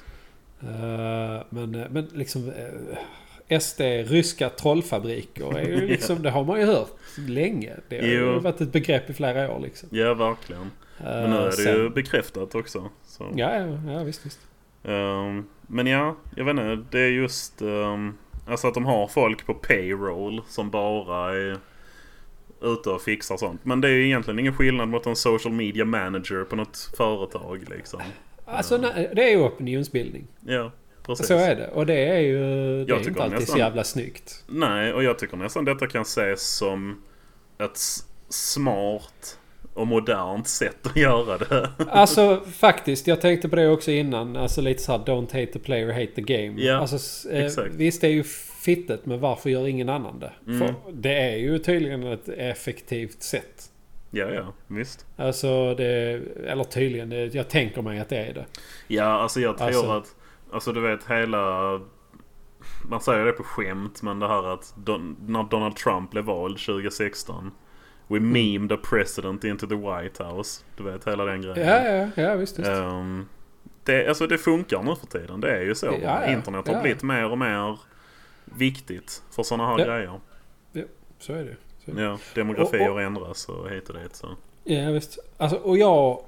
Men liksom SD, ryska trollfabriker är ju liksom, det har man ju hört länge. Det har ju varit ett begrepp i flera år liksom. Ja, verkligen. Men nu är det ju bekräftat också. Så. Ja, visst. Men ja, jag vet inte, det är just alltså att de har folk på payroll som bara är ute och fixar sånt. Men det är ju egentligen ingen skillnad mot en social media manager på något företag liksom. Alltså det är ju opinionsbildning. Ja, precis. Så är det. Och det är ju det är inte alltid så jävla snyggt. Nej, och jag tycker nästan detta kan ses som ett smart och modernt sätt att göra det. Alltså faktiskt, jag tänkte på det också innan. Alltså lite så här, don't hate the player, hate the game. Ja, alltså, visst, det är ju fittet, men varför gör ingen annan det? För det är ju tydligen ett effektivt sätt. Ja, visst. Alltså eller tydligen, jag tänker mig att det är det. Ja, alltså jag tror att, alltså du vet hela, man säger det på skämt, men det här att när Donald Trump blev vald 2016, we memed the president into the White House. Du vet, hela den grejen. Ja, visst. Det funkar nu för tiden. Det är ju så. Internet har blivit mer och mer viktigt för sådana här grejer. Ja, så är det. Ja, demografier ändras och hit och dit. Så. Ja, visst. Alltså, och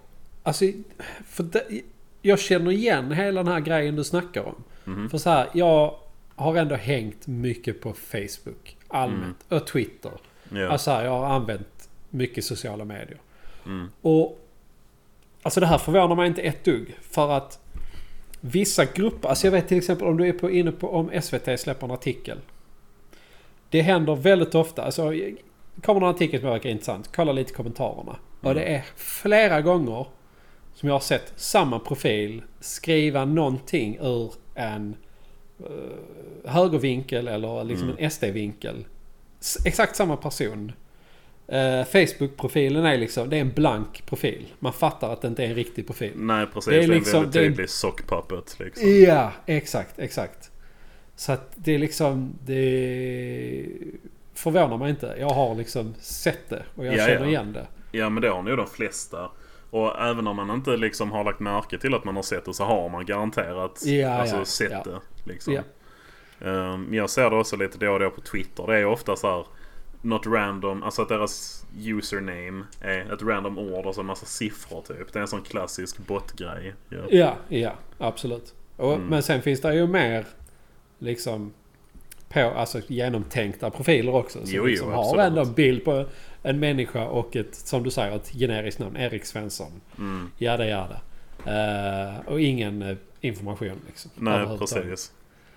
jag känner igen hela den här grejen du snackar om. För så här, jag har ändå hängt mycket på Facebook allmänt och Twitter. Ja. Alltså jag har använt mycket sociala medier. Och alltså det här förvånar mig inte ett dugg, för att vissa grupper, alltså jag vet till exempel om du är inne på om SVT släpper en artikel. Det händer väldigt ofta, alltså kommer en artikel som verkar intressant, kolla lite kommentarerna. Och det är flera gånger som jag har sett samma profil skriva någonting ur en högervinkel eller liksom en SD-vinkel. Exakt samma person. Facebook-profilen är liksom, det är en blank profil. Man fattar att det inte är en riktig profil. Nej, precis. Det är liksom, en väldigt tydlig sockpuppet liksom. Ja, exakt. Så att det är liksom, det förvånar mig inte. Jag har liksom sett det och jag känner igen det. Ja, men det har nog de flesta. Och även om man inte liksom har lagt märke till att man har sett det, så har man garanterat sett det liksom. Ja. Jag ser det också lite då och då på Twitter. Det är ofta så här något random, alltså att deras username är ett random ord och så en massa siffror typ. Det är en sån klassisk botgrej. Ja, absolut. Men sen finns det ju mer liksom på, alltså genomtänkta profiler också. Som liksom har ändå en bild på en människa och ett, som du säger, ett generiskt namn, Erik Svensson. Jada. Och ingen information liksom. Nej, precis.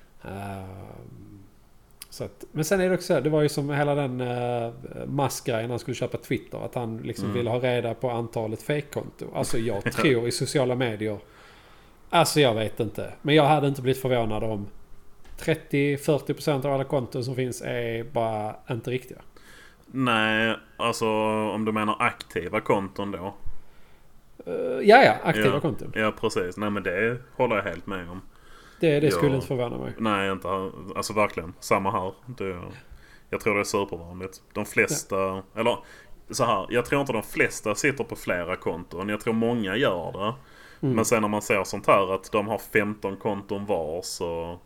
Så att, men sen är det också, det var ju som hela den maskgrejen när han skulle köpa Twitter, att han liksom ville ha reda på antalet fake-konto. Alltså jag tror i sociala medier, alltså jag vet inte, men jag hade inte blivit förvånad om 30-40% av alla konton som finns är bara inte riktiga. Nej, alltså om du menar aktiva konton då? Aktiva konton. Ja, precis. Nej, men det håller jag helt med om. Det skulle inte förvåna mig. Nej, inte. Alltså verkligen. Samma här. Jag tror det är supervanligt. De flesta... Eller så här. Jag tror inte de flesta sitter på flera konton. Jag tror många gör det. Men sen när man ser sånt här att de har 15 konton var, så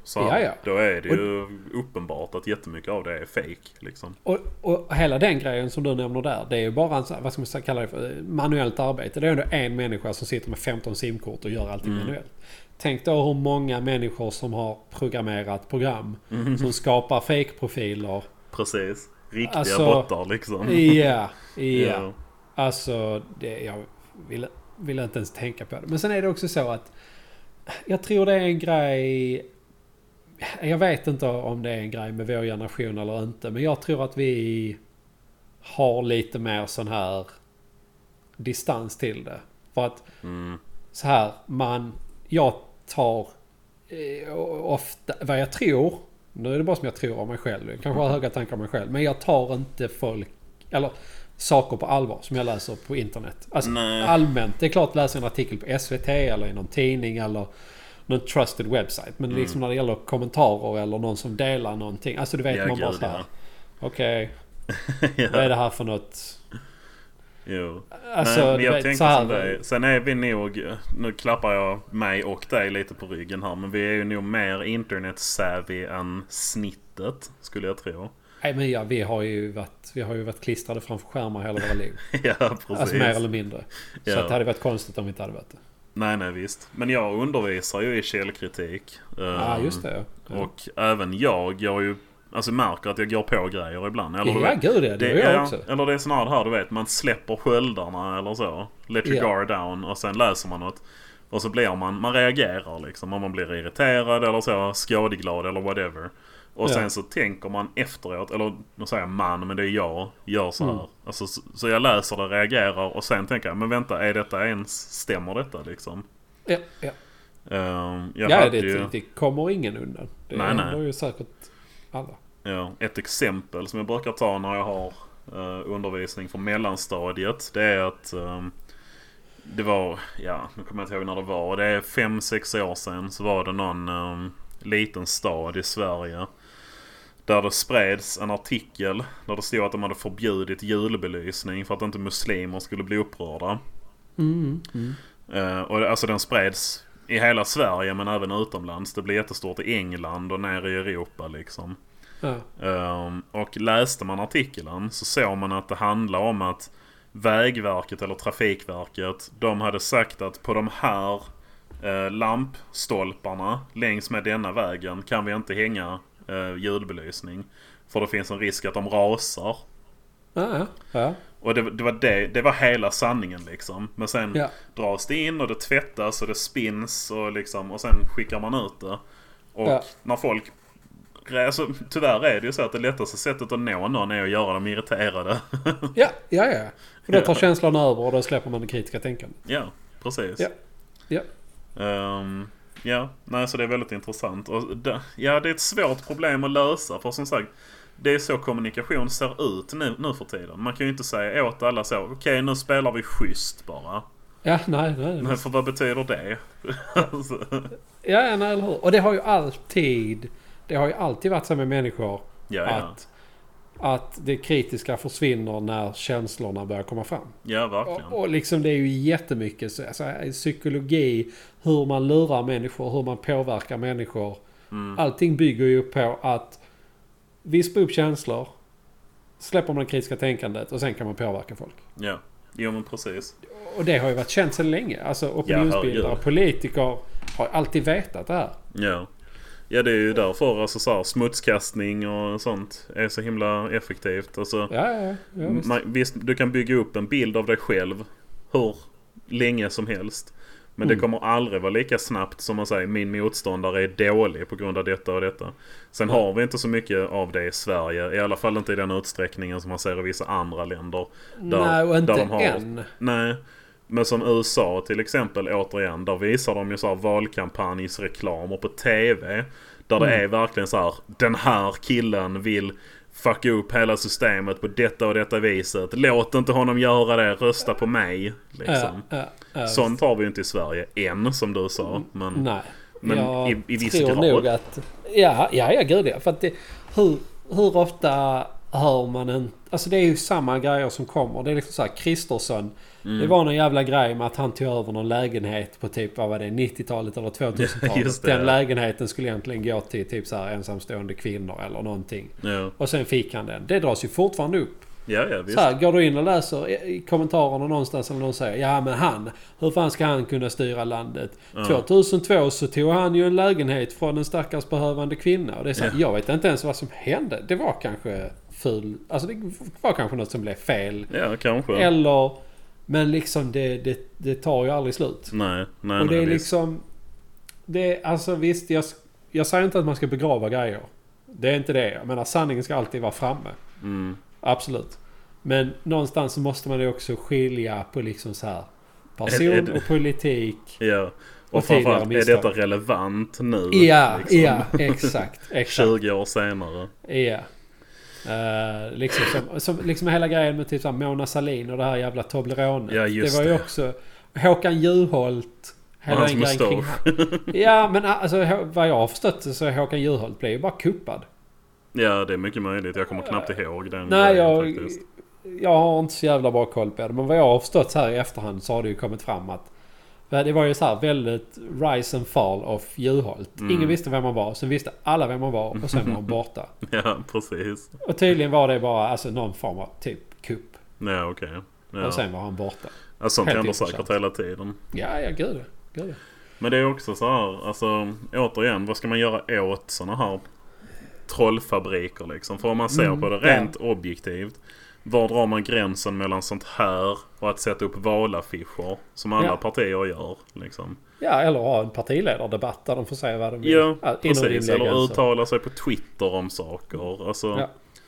Så då är det ju uppenbart att jättemycket av det är fake liksom. Och hela den grejen som du nämner där, det är ju bara en, vad ska man kalla det för, manuellt arbete. Det är ändå en människa som sitter med 15 simkort och gör allting manuellt. Tänk då hur många människor som har programmerat program som skapar fake-profiler. Precis. Riktiga bottar liksom. Ja. Alltså, jag vill inte ens tänka på det. Men sen är det också så att jag tror det är en grej. Jag vet inte om det är en grej med vår generation eller inte. Men jag tror att vi har lite mer sån här distans till det. För att så här, jag tar ofta vad jag tror. Nu är det bara som jag tror om mig själv. Jag kanske har höga tankar om mig själv. Men jag tar inte saker på allvar som jag läser på internet. Alltså allmänt. Det är klart att läsa en artikel på SVT eller i någon tidning eller någon trusted website. Men liksom när det gäller kommentarer eller någon som delar någonting. Alltså du vet man bara så här. Okej. Vad är det här för något? Jo. Alltså, men jag tänker som dig. Sen är vi nog, nu klappar jag mig och dig lite på ryggen här, men vi är ju nog mer internet-savvy än snittet, skulle jag tro. Nej, men vi har ju varit klistrade framför skärmar hela våra liv. Ja, precis. Alltså mer eller mindre. Så att det hade varit konstigt om vi inte hade varit det. Nej, visst. Men jag undervisar ju i källkritik. Ja, just det. Ja. Och även jag ju, alltså märker att jag går på grejer ibland. Eller ja, gud det gör jag också. Eller det är sådana här, du vet, man släpper sköldarna eller så. Let your guard down. Och sen läser man något. Och så blir man reagerar liksom. Om man blir irriterad eller så, skadeglad eller whatever. Och sen så tänker man efteråt, eller nu säger jag man, men det är jag, gör så här. Alltså, så jag läser det, reagerar och sen tänker jag, men vänta, är detta ens, stämmer detta liksom? Ja. Det kommer ingen undan. Det är ju säkert alla. Ja, ett exempel som jag brukar ta när jag har undervisning för mellanstadiet, det är att det var, nu kommer jag inte ihåg när det var, det är 5-6 år sedan, så var det någon liten stad i Sverige där det spreds en artikel där det stod att de hade förbjudit julbelysning för att inte muslimer skulle bli upprörda. Och alltså den spreds i hela Sverige men även utomlands. Det blev jättestort i England och nere i Europa liksom. Och läste man artikeln så såg man att det handlar om att Vägverket eller Trafikverket, de hade sagt att på de här lampstolparna längs med denna vägen kan vi inte hänga ljudbelysning för det finns en risk att de rasar. Och det var hela sanningen liksom. Men sen dras det in och det tvättas och det spins och liksom, och sen skickar man ut det. Och när folk, alltså, tyvärr är det ju så att det lättaste sättet att nå någon är att göra dem irriterade. Ja. För då tar känslan över och då släpper man det kritiska tänkandet. Ja, precis. Så det är väldigt intressant. Och det är ett svårt problem att lösa. För som sagt, det är så kommunikation ser ut nu för tiden. Man kan ju inte säga åt alla så, okej, nu spelar vi schysst bara. Ja, nej. För vad betyder det? Nej, eller hur? Och det har ju alltid varit så med människor att det kritiska försvinner när känslorna börjar komma fram. Ja, verkligen. Och liksom det är ju jättemycket så, alltså, psykologi, hur man lurar människor, hur man påverkar människor. Allting bygger ju på att vispa upp känslor, släpper man det kritiska tänkandet och sen kan man påverka folk. Ja, men precis. Och det har ju varit känt sedan länge. Alltså opinionsbildare, politiker har alltid vetat det här. Ja, det är ju därför alltså, så här, smutskastning och sånt är så himla effektivt. Alltså, visst, du kan bygga upp en bild av dig själv hur länge som helst. Men det kommer aldrig vara lika snabbt som man säger, min motståndare är dålig på grund av detta och detta. Sen har vi inte så mycket av det i Sverige. I alla fall inte i den utsträckningen som man ser i vissa andra länder. Nej, men som USA till exempel, återigen, där visar de ju så här valkampanjsreklamer på TV. Där det är verkligen så här, den här killen vill fucka upp hela systemet på detta och detta viset. Låt inte honom göra det, rösta på mig. Liksom. Sånt har vi ju inte i Sverige än, som du sa. Men i viss grad. Nog att, gud ja. För att hur ofta hör man en... Alltså det är ju samma grejer som kommer. Det är liksom så här, Kristersson. Det var någon jävla grej med att han tog över någon lägenhet på typ, vad var det, 90-talet eller 2000-talet. Den lägenheten skulle egentligen gå till typ så här ensamstående kvinnor eller någonting. Ja. Och sen fick han den. Det dras ju fortfarande upp. Ja, visst. Så här, går du in och läser i kommentarerna någonstans eller någon säger, ja men hur fan ska han kunna styra landet? 2002 så tog han ju en lägenhet från en stackars behövande kvinna. Och det är så här, jag vet inte ens vad som hände. Det var kanske alltså det var kanske något som blev fel. Ja, kanske. Eller, men liksom det tar ju aldrig slut. Nej, och det är liksom, det är, alltså visst, jag säger inte att man ska begrava grejer. Det är inte det. Jag menar, sanningen ska alltid vara framme. Absolut. Men någonstans så måste man ju också skilja på liksom så här person och politik. Ja. Och framförallt, är detta relevant nu? Ja, liksom? Ja, exakt. 20 år senare. Ja. Liksom som liksom hela grejen med typ så här Mona Sahlin och det här jävla Toblerone. Ja, just det var ju också Håkan Juholt. Hela hans mustasch. Ja, men alltså vad jag har förstått så Håkan Juholt blev ju bara kuppad. Ja, det är mycket möjligt. Jag kommer knappt ihåg den. Nej, jag har inte så jävla bra koll på det. Men vad jag har förstått här i efterhand så har det ju kommit fram att det var ju så här väldigt rise and fall of Juholt. Ingen visste vem man var. Sen visste alla vem man var och sen var han borta. Ja, precis. Och tydligen var det bara alltså, någon form av typ kupp. Ja, okej. Ja. Och sen var han borta. Alltså, sånt händer säkert hela tiden. Ja, gud. Men det är också så här, alltså återigen, vad ska man göra åt såna här trollfabriker liksom? För om man ser på det rent objektivt, var drar man gränsen mellan sånt här och att sätta upp valaffischer som alla partier gör liksom? Ja, eller ha en partiledardebatt där de får säga vad de vill. Ja, precis. Eller uttala sig på Twitter om saker. Alltså,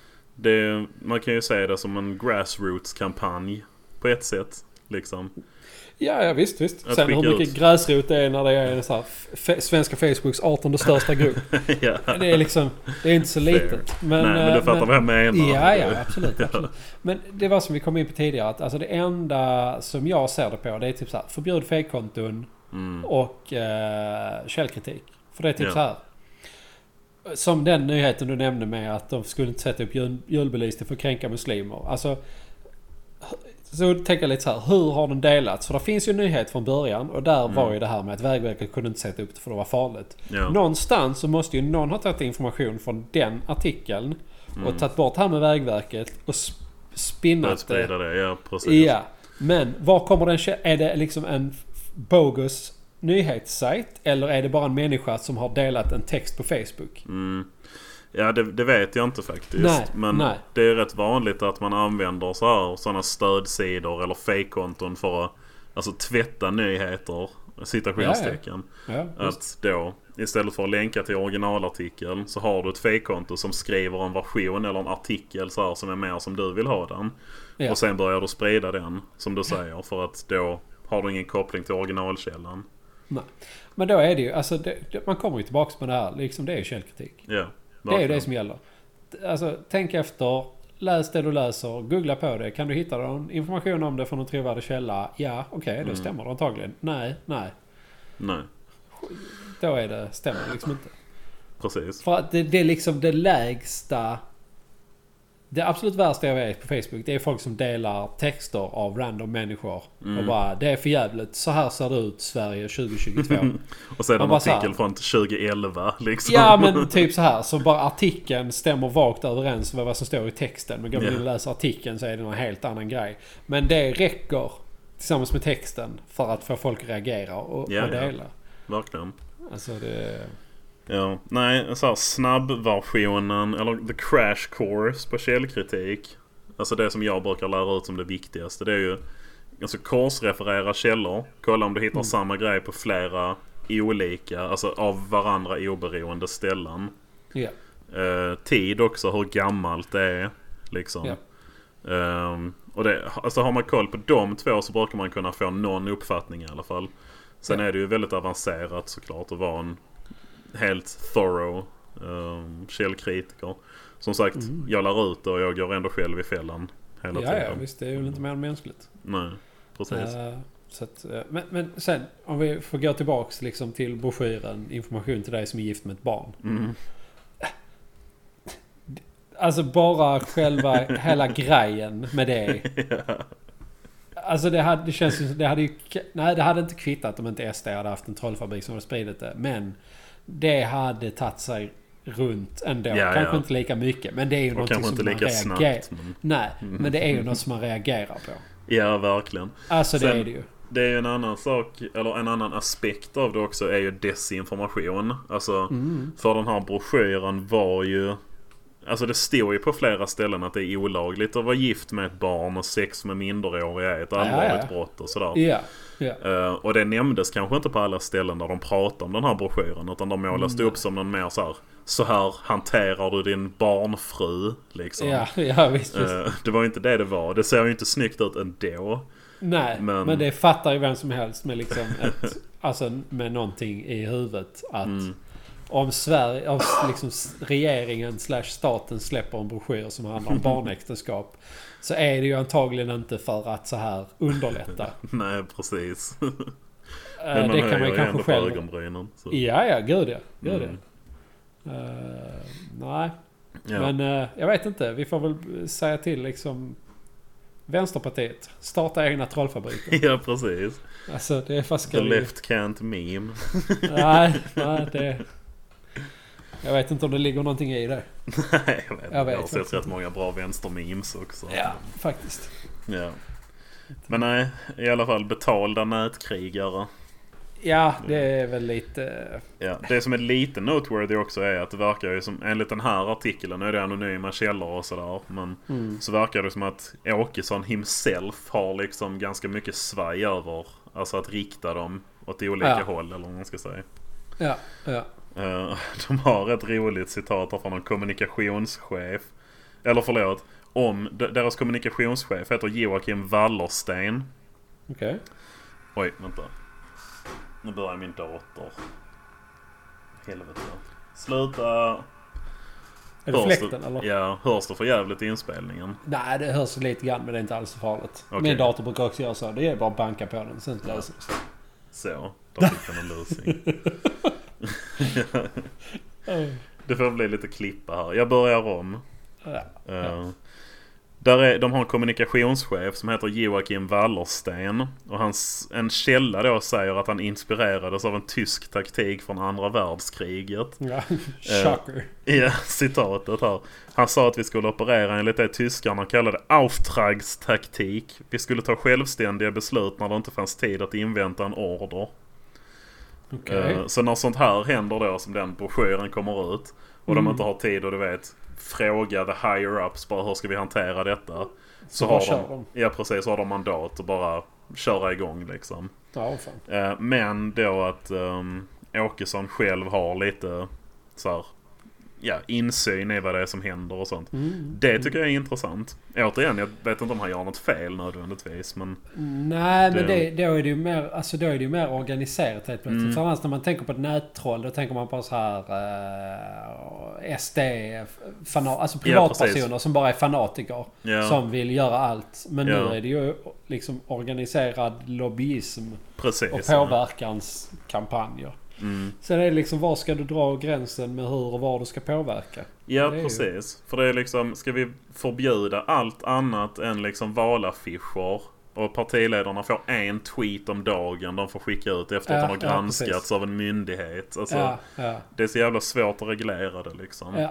man kan ju säga det som en grassroots-kampanj på ett sätt liksom. Ja, visst. Sen hur mycket gräsrot det är när det är så här, svenska Facebooks 18:e största grupp. Ja. Det är liksom, det är inte så litet. Men du fattar vad jag menar. Ja, absolut. Men det var som vi kom in på tidigare, att alltså det enda som jag ser det på, det är typ så här, förbjud fejkkonton och källkritik. För det är typ så här, som den nyheten du nämnde med att de skulle inte sätta upp julbelysning för att kränka muslimer. Alltså, så tänker jag lite så här, hur har den delats? För det finns ju en nyhet från början och där var ju det här med att Vägverket kunde inte sätta upp det för det var farligt. Ja. Någonstans så måste ju någon ha tagit information från den artikeln och tagit bort det här med Vägverket och spinnat det. Ja, precis. Ja, men var kommer den? Är det liksom en bogus nyhetssajt eller är det bara en människa som har delat en text på Facebook? Ja, det vet jag inte faktiskt. Men det är rätt vanligt att man använder sådana stödsidor eller fake-konton för att alltså, tvätta nyheter, citationstecken. Ja, att då, istället för att länka till originalartikeln så har du ett fake-konto som skriver en version eller en artikel så här, som är mer som du vill ha den. Ja. Och sen börjar du sprida den, som du säger, för att då har du ingen koppling till originalkällan. Nej. Men då är det ju, alltså man kommer ju tillbaka med det här, liksom det är ju källkritik. Ja. Det är ju det som gäller. Alltså, tänk efter, läs det du läser, googla på det. Kan du hitta någon information om det från en trovärdig källa? Ja, okej, det stämmer det antagligen. Nej. Då är det, stämmer liksom inte. Precis. För att det är liksom det lägsta, det absolut värsta jag vet på Facebook, det är folk som delar texter av random människor och bara, det är för jävligt, så här ser det ut Sverige 2022. Och sen en artikel från 2011 liksom. Ja, men typ så här, så bara artikeln stämmer vagt överens med vad som står i texten, men går man in och läser artikeln så är det någon helt annan grej. Men det räcker tillsammans med texten för att få folk att reagera och dela. Verkligen. Alltså det... Ja, nej, så här snabbversionen eller the crash course på källkritik. Alltså det som jag brukar lära ut som det viktigaste, det är ju alltså korsreferera källor. Kolla om du hittar samma grej på flera olika, alltså av varandra oberoende ställen. Tid också, hur gammalt det är liksom. Och det, alltså har man koll på de två så brukar man kunna få någon uppfattning i alla fall. Sen är det ju väldigt avancerat såklart att vara en helt thorough källkritiker. Som sagt, jag lär ut och jag går ändå själv i fällan hela tiden. Ja, visst, det är ju inte mer mänskligt. Nej, precis. Så att, men sen, om vi får gå tillbaks liksom till broschyren Information till dig som är gift med ett barn. Alltså bara själva hela grejen med det. Ja. Alltså det känns ju... det hade inte kvittat om inte SD hade haft en trollfabrik som hade spridit det. Men det hade tagit sig runt ändå. Kanske inte lika mycket. Men det är ju något som man reagerar... Nej, men det är ju något som man reagerar på. Ja, verkligen. Alltså det är det ju. Det är ju en annan sak, eller en annan aspekt av det också är ju desinformation. Alltså, för den här broschyren var ju... Alltså det står ju på flera ställen att det är olagligt att vara gift med ett barn och sex med minderåriga är ett allvarligt brott och sådär. Och det nämndes kanske inte på alla ställen där de pratade om den här broschyren, utan de målade upp som en mer så här hanterar du din barnfru liksom. Visst. Det var ju inte det var. Det ser ju inte snyggt ut ändå. Nej, men det fattar ju vem som helst med liksom alltså med någonting i huvudet att om Sverige, liksom regeringen / staten släpper en broschyr som handlar om barnäktenskap, så är det ju antagligen inte för att så här underlätta. Nej, precis. Men det kan man ju kanske själv. Ögonbrynen, så. Ja, gud ja. Nej. Ja. Men jag vet inte. Vi får väl säga till liksom Vänsterpartiet. Starta egna trollfabriker. Ja, precis. Alltså det är fast The left can't meme. Nej, det... Jag vet inte om det ligger någonting i det. Nej, jag vet. Jag har sett rätt många bra vänstermemes också. Ja, faktiskt. Ja. Men nej, i alla fall betalda nätkrigare. Ja, det är väl lite... Ja, det som är lite noteworthy också är att det verkar ju som, enligt den här artikeln, nu är det anonyma källor och sådär, men så verkar det som att Åkesson himself har liksom ganska mycket svaj över, alltså att rikta dem åt olika håll, eller vad man ska säga. Ja. De har ett roligt citat från en kommunikationschef, eller förlåt, deras kommunikationschef heter Joakim Wallerstein. Okej. Oj, vänta. Nu börjar min dator. Helvete. Sluta. Är det fläkten eller? Ja, hörs det för jävligt i inspelningen? Nej, det hörs lite grann, men det är inte alls så farligt. Okay. Min dator brukar också göra så. Det är bara att banka på den, sen löser det sig. Så, då fick den en lösning. Det får bli lite klippa här. Jag börjar om. De har en kommunikationschef som heter Joakim Wallerstein. Och en källa då säger att han inspirerades av en tysk taktik från andra världskriget. Ja, shocker. Ja, citatet här. Han sa att vi skulle operera enligt det tyskarna kallade Auftragstaktik. Vi skulle ta självständiga beslut när det inte fanns tid att invänta en order. Okay. Så när sånt här händer då, som den broschyren kommer ut och de inte har tid och du vet fråga the higher ups bara hur ska vi hantera detta, så har de har de mandat att bara köra igång liksom. Ja, fan. Men då att Åkesson själv har lite så här, insyn i vad det är som händer och sånt. Det tycker jag är intressant. Återigen, jag vet inte om han gör något fel nödvändigtvis, men... Nej, men då är det ju mer, alltså då är det ju mer organiserat helt plötsligt. För annars när man tänker på ett nättroll, då tänker man på så här SD, alltså privatpersoner som bara är fanatiker som vill göra allt. Men nu är det ju liksom organiserad lobbyism och påverkanskampanjer. Sen är det liksom, var ska du dra gränsen med hur och var du ska påverka? Ja, precis. För det är liksom, ska vi förbjuda allt annat än liksom valaffischer, och partiledarna får en tweet om dagen de får skicka ut efter att de har granskats av en myndighet. Alltså, det är så jävla svårt att reglera det liksom.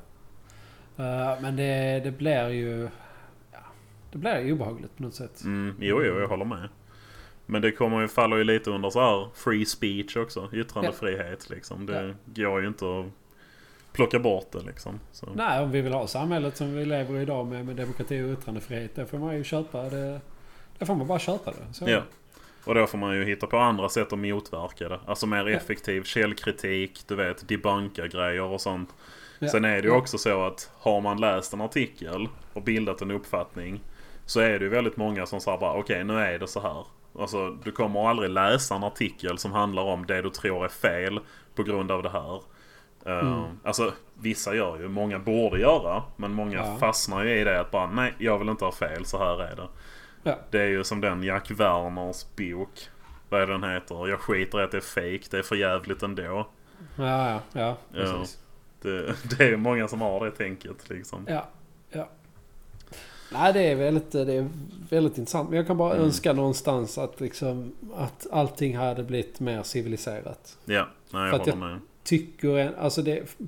Men det blir ju obehagligt på något sätt. Jo, jag håller med. Men det faller ju lite under så här free speech också, yttrandefrihet liksom. Det går ju inte att plocka bort det liksom. Så. Nej, om vi vill ha samhället som vi lever i idag med demokrati och yttrandefrihet, då får man ju köpa det. Då får man bara köpa det. Så. Ja. Och då får man ju hitta på andra sätt att motverka det. Alltså mer effektiv källkritik, du vet, debunka grejer och sånt. Sen är det ju också så att har man läst en artikel och bildat en uppfattning, så är det ju väldigt många som säger bara okej, nu är det så här. Alltså, du kommer aldrig läsa en artikel som handlar om det du tror är fel på grund av det här. Alltså, vissa gör ju, många borde göra, men många fastnar ju i det att bara, nej, jag vill inte ha fel, så här är det. Det är ju som den Jack Werners bok, vad är den heter? Jag skiter i att det är fake, det är för jävligt ändå. Ja, precis. Det är många som har det tänket liksom. Ja. Nej, det är väldigt intressant. Men jag kan bara önska någonstans att, liksom, att allting hade blivit mer civiliserat. Ja, nej, jag håller med. Tycker, alltså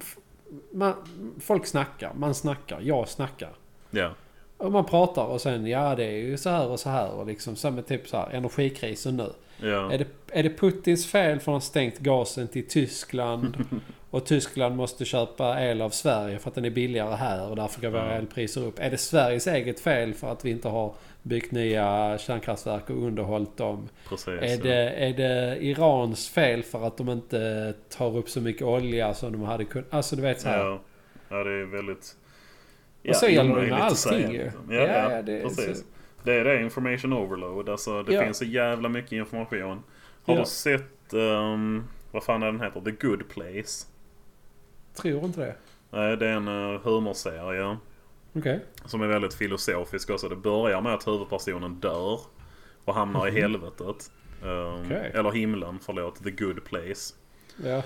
folk snackar, jag snackar. Ja. Och man pratar och sen, det är ju så här och liksom, som med typ så här, energikrisen nu. Ja. Är det Putins fel för att ha stängt gasen till Tyskland och Tyskland måste köpa el av Sverige för att den är billigare här och därför går våra elpriser upp? Är det Sveriges eget fel för att vi inte har byggt nya kärnkraftverk och underhållit dem? Precis, är det Irans fel för att de inte tar upp så mycket olja som de hade kunnat? Alltså du vet så här. Ja, det är väldigt... Och så gäller det med allting ju. Ja, precis. Det är det, information overload. Alltså det finns så jävla mycket information. Har du sett, vad fan är den heter? The Good Place? Tror inte det. Nej, det är en humorserie. Okej. Som är väldigt filosofisk också. Det börjar med att huvudpersonen dör och hamnar i helvetet. Eller himlen, förlåt. The Good Place. Ja.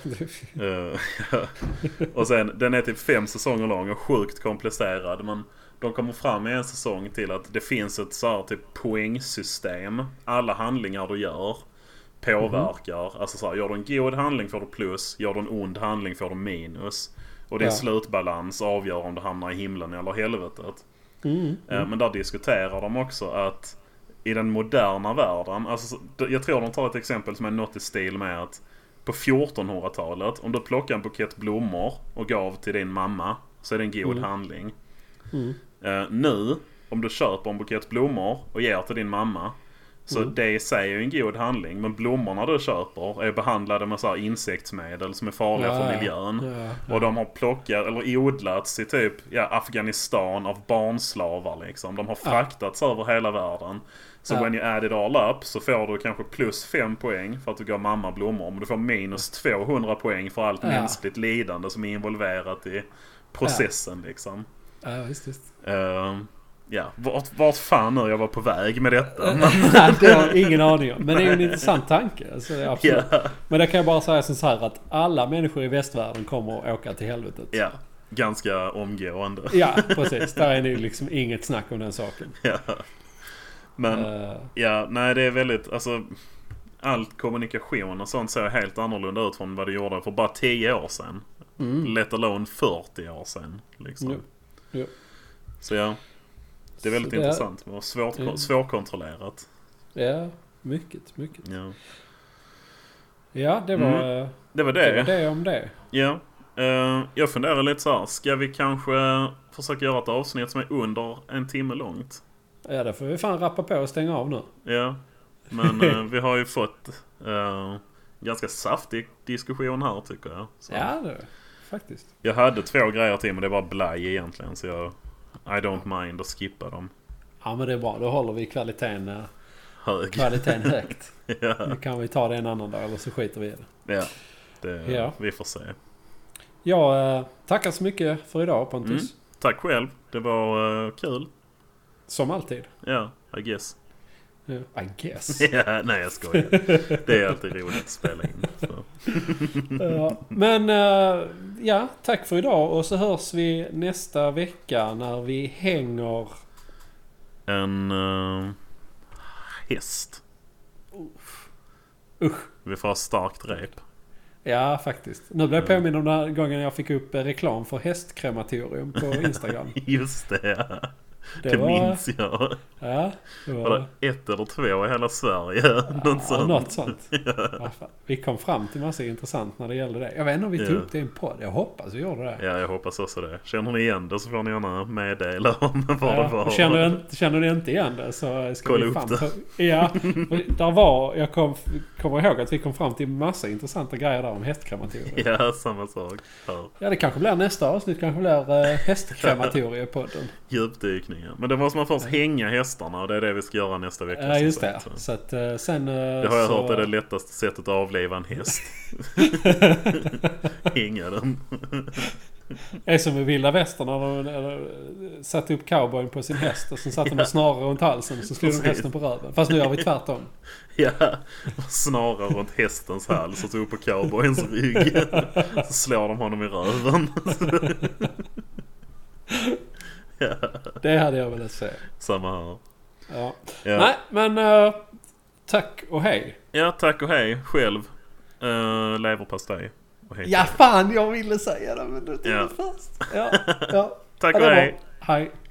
Och sen, den är typ 5 säsonger lång och sjukt komplicerad. Men de kommer fram i en säsong till att det finns ett så här typ poängsystem. Alla handlingar du gör påverkar. Alltså så här, gör du en god handling får du plus, gör du en ond handling får du minus. Och din slutbalans avgör om du hamnar i himlen eller helvetet. Men där diskuterar de också att i den moderna världen, alltså, jag tror de tar ett exempel som är något i stil med att på 1400-talet, om du plockar en bukett blommor och gav till din mamma, så är det en god handling. Nu, om du köper en bukett blommor och ger till din mamma, så det säger ju en god handling. Men blommorna du köper är behandlade med så här insektsmedel som är farliga för miljön. Och de har plockat eller odlats i typ Afghanistan av barnslavar liksom. De har fraktats över hela världen. Så when you add it all up så får du kanske plus 5 poäng för att du gav mamma blommor. Men du får minus 200 poäng för allt mänskligt lidande som är involverat i processen liksom. Ja, visst. Vart fan nu jag var på väg med detta. Det har ingen aning om. Men det är ju en intressant tanke. Alltså, absolut. Men det kan jag bara säga så här att alla människor i västvärlden kommer att åka till helvetet. Ja, ganska omgående. Ja, precis. Där är det liksom inget snack om den saken. Ja. Men, nej det är väldigt, alltså all kommunikation och sånt ser helt annorlunda ut från vad det gjorde för bara 10 år sedan. Let alone 40 år sedan liksom. Ja. Så det är väldigt intressant och svårkontrollerat. Ja, mycket. Ja, det var det var det om det. Ja. Jag funderar lite så här, ska vi kanske försöka göra ett avsnitt som är under 1 timme långt? Ja, det får vi fan rappa på och stänga av nu. Ja, men vi har ju fått ganska saftig diskussion här tycker jag. Så. Ja, det faktiskt. Jag hade 2 grejer till men det var blaj egentligen så I don't mind att skippa dem. Ja, men det är bra. Då håller vi kvaliteten högt. Ja. Nu kan vi ta det en annan dag eller så skiter vi i det. Ja, vi får se. Ja, tackar så mycket för idag Pontus. Tack själv. Det var kul. Som alltid. Ja, I guess. I guess. Ja, nej jag skojar. Det är alltid roligt att spela in. Men tack för idag. Och så hörs vi nästa vecka när vi hänger en häst. Vi får ha starkt rep. Ja, faktiskt. Nu blev jag påminn om den här gången jag fick upp reklam för hästkrematorium på Instagram. Just det, ja. Det minns jag. Ja, var det 1 eller 2 i hela Sverige? Något sånt. Ja, vi kom fram till massa intressant när det gällde det. Jag vet inte om vi tog upp det i en podd. Jag hoppas vi gjorde det. Ja, jag hoppas också det. Känner ni igen det så får ni gärna meddela om vad det var. Känner ni inte igen det så ska kolla vi upp det. Ja, där var, jag kommer ihåg att vi kom fram till massa intressanta grejer där om hästkrematorium. Ja, samma sak. Ja, det kanske blir nästa avsnitt. Kanske blir hästkrematoriepodden. Djupdykningar. Men det måste man först hänga hästarna och det är det vi ska göra nästa vecka. Ja, just det. Så att sen... Det har jag hört är det lättaste sättet att avliva en häst. Hänga den. är som i vilda västern när de satte upp cowboyen på sin häst och sen satte de snarare runt halsen och så slog de hästen på röven. Fast nu gör vi tvärtom. Ja, snarare runt hästens hals och så upp på cowboyens rygg. Så slår de honom i röven. Ja. Det hade jag velat se. Samma här. Ja. Ja. Nej, men tack och hej. Ja, tack och hej. Själv. Leverpastej. Ja, fan, jag ville säga det, men du tog det först. Ja. Tack och hej. Hej.